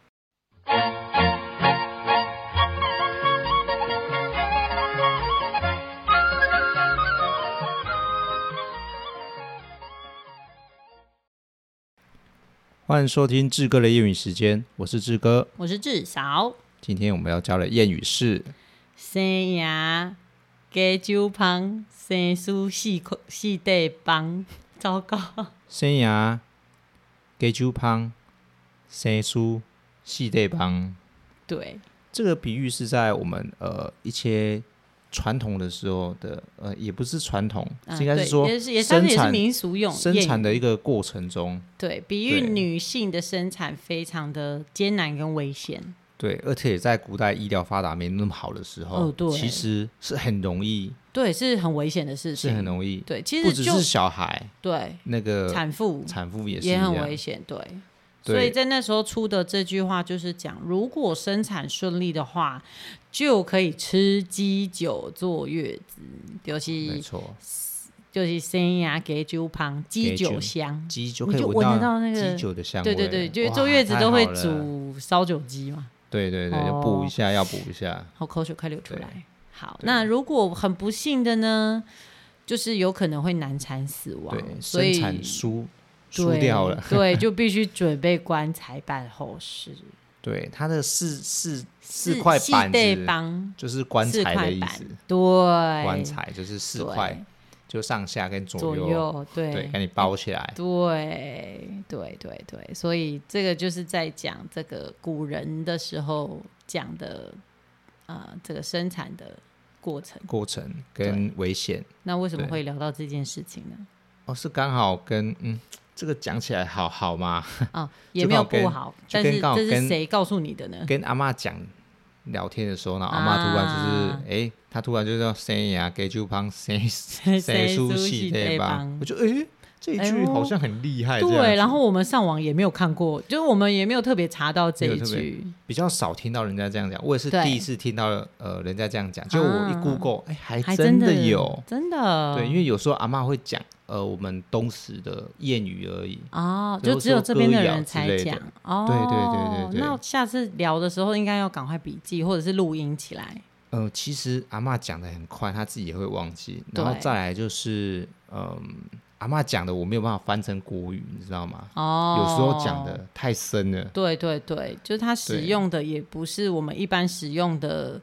欢迎收听志哥的谚语时间，我是志哥， 我是志嫂。 今天我们要教的谚语是： 生牙加酒芳，生疏四地帮。糟糕！ 生牙加酒芳，生疏四地帮。 对， 这个比喻是在我们一些传统的时候的也不是传统，应该是说也是民俗用生产的一个过程中， 对，比喻女性的生产非常的艰难跟危险。 对，而且在古代医疗发达没那么好的时候， 对， 其实是很容易， 对，是很危险的事情， 是很容易。 对，其实不只是小孩， 对， 那个产妇也很危险，对。所以在那时候出的这句话就是讲，如果生产顺利的话，就可以吃鸡酒坐月子， 没错， 就是生牙给酒旁，鸡酒香， 鸡就可以闻得到那个鸡酒的香味。 对，就是坐月子都会煮烧酒鸡嘛。 对，就补一下，要补一下。 好，口水快流出来。好，那如果很不幸的呢，就是有可能会难产死亡， 对，生产输掉了， 对，就必须准备棺材办后事。 对，它的四块板子就是棺材的意思。 对， 棺材就是4块，就上下跟左右， 对， 给你包起来。 对，所以这个就是在讲这个古人的时候讲的这个生产的过程跟危险。 那为什么会聊到这件事情呢？ 是刚好跟这个讲起来好吗？ 也没有不好，但是这是谁告诉你的呢？ 跟阿嬷讲聊天的时候呢，阿嬷突然就是她突然就说生牙给酒芳，生疏四地帮。我就这一句好像很厉害。 对，然后我们上网也没有看过，就是我们也没有特别查到这一句， 比较少听到人家这样讲。我也是第一次听到人家这样讲，就我一 Google，还真的有， 真的。 对，因为有时候阿嬷会讲我们东石的谚语而已。 就只有这边的人才讲。 对。 那下次聊的时候应该要赶快笔记或者是录音起来。 其实阿嬷讲的很快，她自己也会忘记。然后再来就是阿嬷讲的我没有办法翻成国语，你知道吗？有时候讲的太深了。 对，就是他使用的也不是我们一般使用的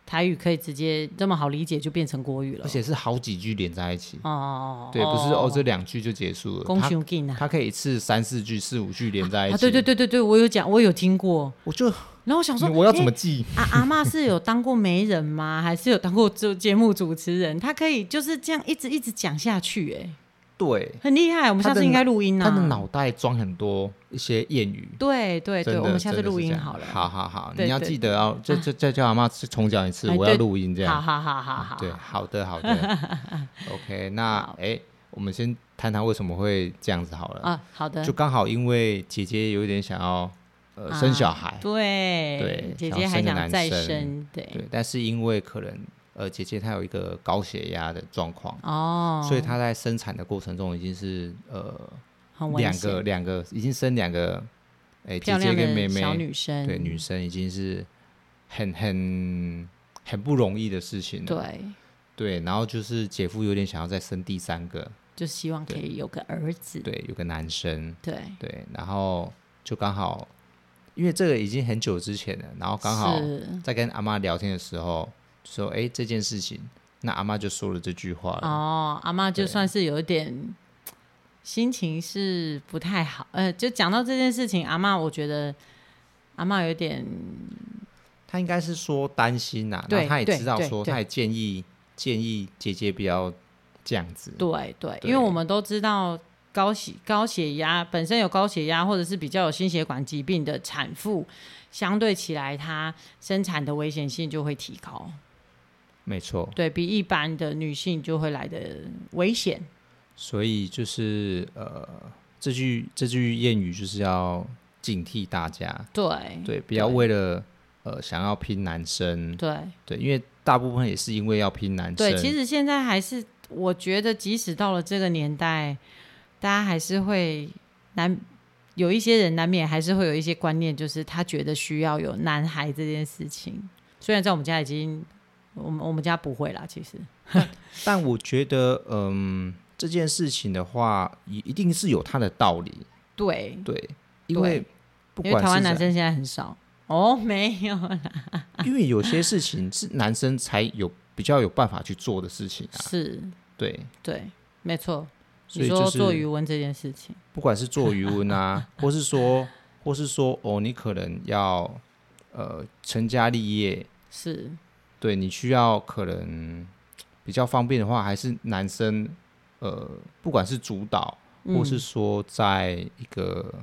台语可以直接这么好理解就变成国语了， 而且是好几句连在一起。 哦， 对，不是这2句就结束了。它可以一次3、4句、4、5句连在一起。 对，我有听过。然后我想说， 我要怎么记？ 阿嬷是有当过媒人吗？还是有当过节目主持人？她可以就是这样一直讲下去， 对， 很厉害。我们下次应该录音啊。 他的脑袋装很多一些谚语。 对，我们下次录音好了。 好，你要记得要再叫阿嬷重讲一次，我要录音这样。 好。 对，好的。OK， 那我们先谈谈为什么会这样子好了。 啊，好的。 就刚好因为姐姐有点想要生小孩， 对，姐姐还想再生，对， 但是因为可能姐姐她有一个高血压的状况，所以她在生产的过程中已经是两个已经生2个姐姐跟妹妹小女生， 对，女生已经是很不容易的事情了，对，然后就是姐夫有点想要再生第3个， 就希望可以有个儿子， 对，有个男生， 对， 然后就刚好。因为这个已经很久之前了，然后刚好在跟阿嬷聊天的时候说这件事情，那阿嬷就说了这句话了。 阿嬷就算是有一点心情是不太好，就讲到这件事情，阿嬷我觉得阿嬷有点， 她应该是说担心然后她也知道说，她也建议姐姐不要这样子。 对，因为我们都知道。高血压本身有高血压或者是比较有心血管疾病的产妇，相对起来她生产的危险性就会提高， 没错， 对，比一般的女性就会来的危险。 所以就是这句谚语就是要警惕大家，对，不要为了想要拼男生，对，因为大部分也是因为要拼男生。 对，其实现在还是我觉得即使到了这个年代，大家还是会有一些人难免还是会有一些观念，就是他觉得需要有男孩这件事情。虽然在我们家已经，我们家不会啦，其实。 但我觉得，这件事情的话，一定是有它的道理。对，因为不管是台湾男生现在很少没有啦。 因为有些事情是男生才比较有办法去做的事情啊。 是， 对， 没错。 你说做鱼塭这件事情， 不管是做鱼塭啊，或是说你可能要成家立业， 是， 对，你需要可能比较方便的话，还是男生不管是主导，或是说在一个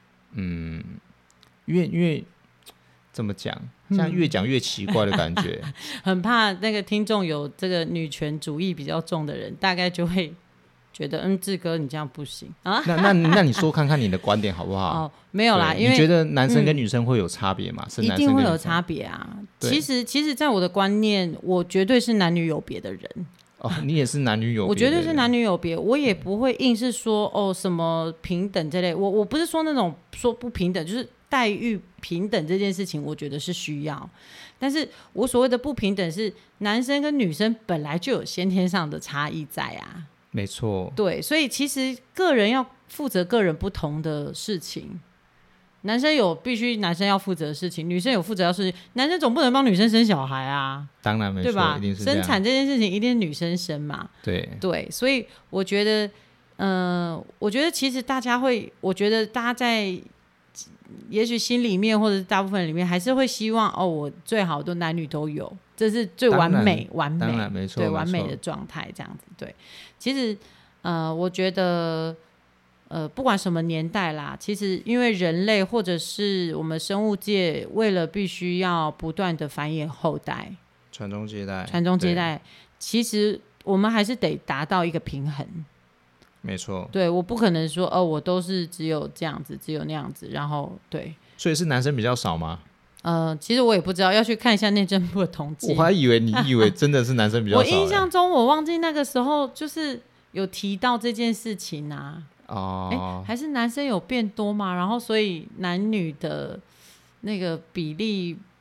因为怎么讲，像越讲越奇怪的感觉， 很怕那个听众有这个女权主义比较重的人，大概就会觉得志哥你这样不行啊。 那你说看看你的观点好不好？ 没有啦，因为你觉得男生跟女生会有差别吗？ 一定会有差别啊。其实在我的观念，我绝对是男女有别的人。 你也是男女有别的人？ 我绝对是男女有别，我也不会硬是说什么平等这类。我不是说那种说不平等，就是待遇平等这件事情，我觉得是需要。但是我所谓的不平等是男生跟女生本来就有先天上的差异在啊。 没错， 对，所以其实个人要负责个人不同的事情，男生有必须男生要负责的事情，女生有负责的事情，男生总不能帮女生生小孩啊， 当然没错， 对吧？ 一定是这样， 生产这件事情一定是女生生嘛，对，所以我觉得，其实大家会，我觉得大家在也许心里面或者是大部分里面还是会希望我最好都男女都有，这是最完美当然没错， 对，完美的状态这样子。对，其实我觉得不管什么年代啦，其实因为人类或者是我们生物界为了必须要不断的繁衍后代， 传宗接代，其实我们还是得达到一个平衡。 没错， 对，我不可能说我都是只有这样子，只有那样子，然后对， 所以是男生比较少吗？ 其实我也不知道，要去看一下内政部的统计。 我还以为你以为真的是男生比较少。 我印象中我忘记那个时候就是有提到这件事情啊。还是男生有变多嘛？然后所以男女的那个比例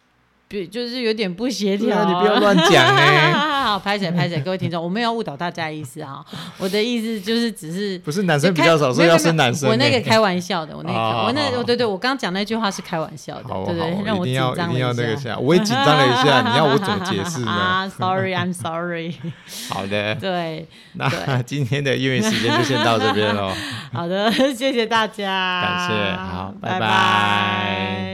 就是有点不协调、 你不要乱讲好，拍谁，各位听众，我没有误导大家的意思哈。我的意思就是只是不是男生比较少，所以要生男生。 我那个开玩笑的，对，我刚刚讲那句话是开玩笑的，对对，让我紧张了一下。 我也紧张了一下，你要我怎么解释呢 ？Sorry，I'm sorry。 好的， 对， 那今天的业余时间就先到这边喽。 好的，谢谢大家， 感谢，好，拜拜。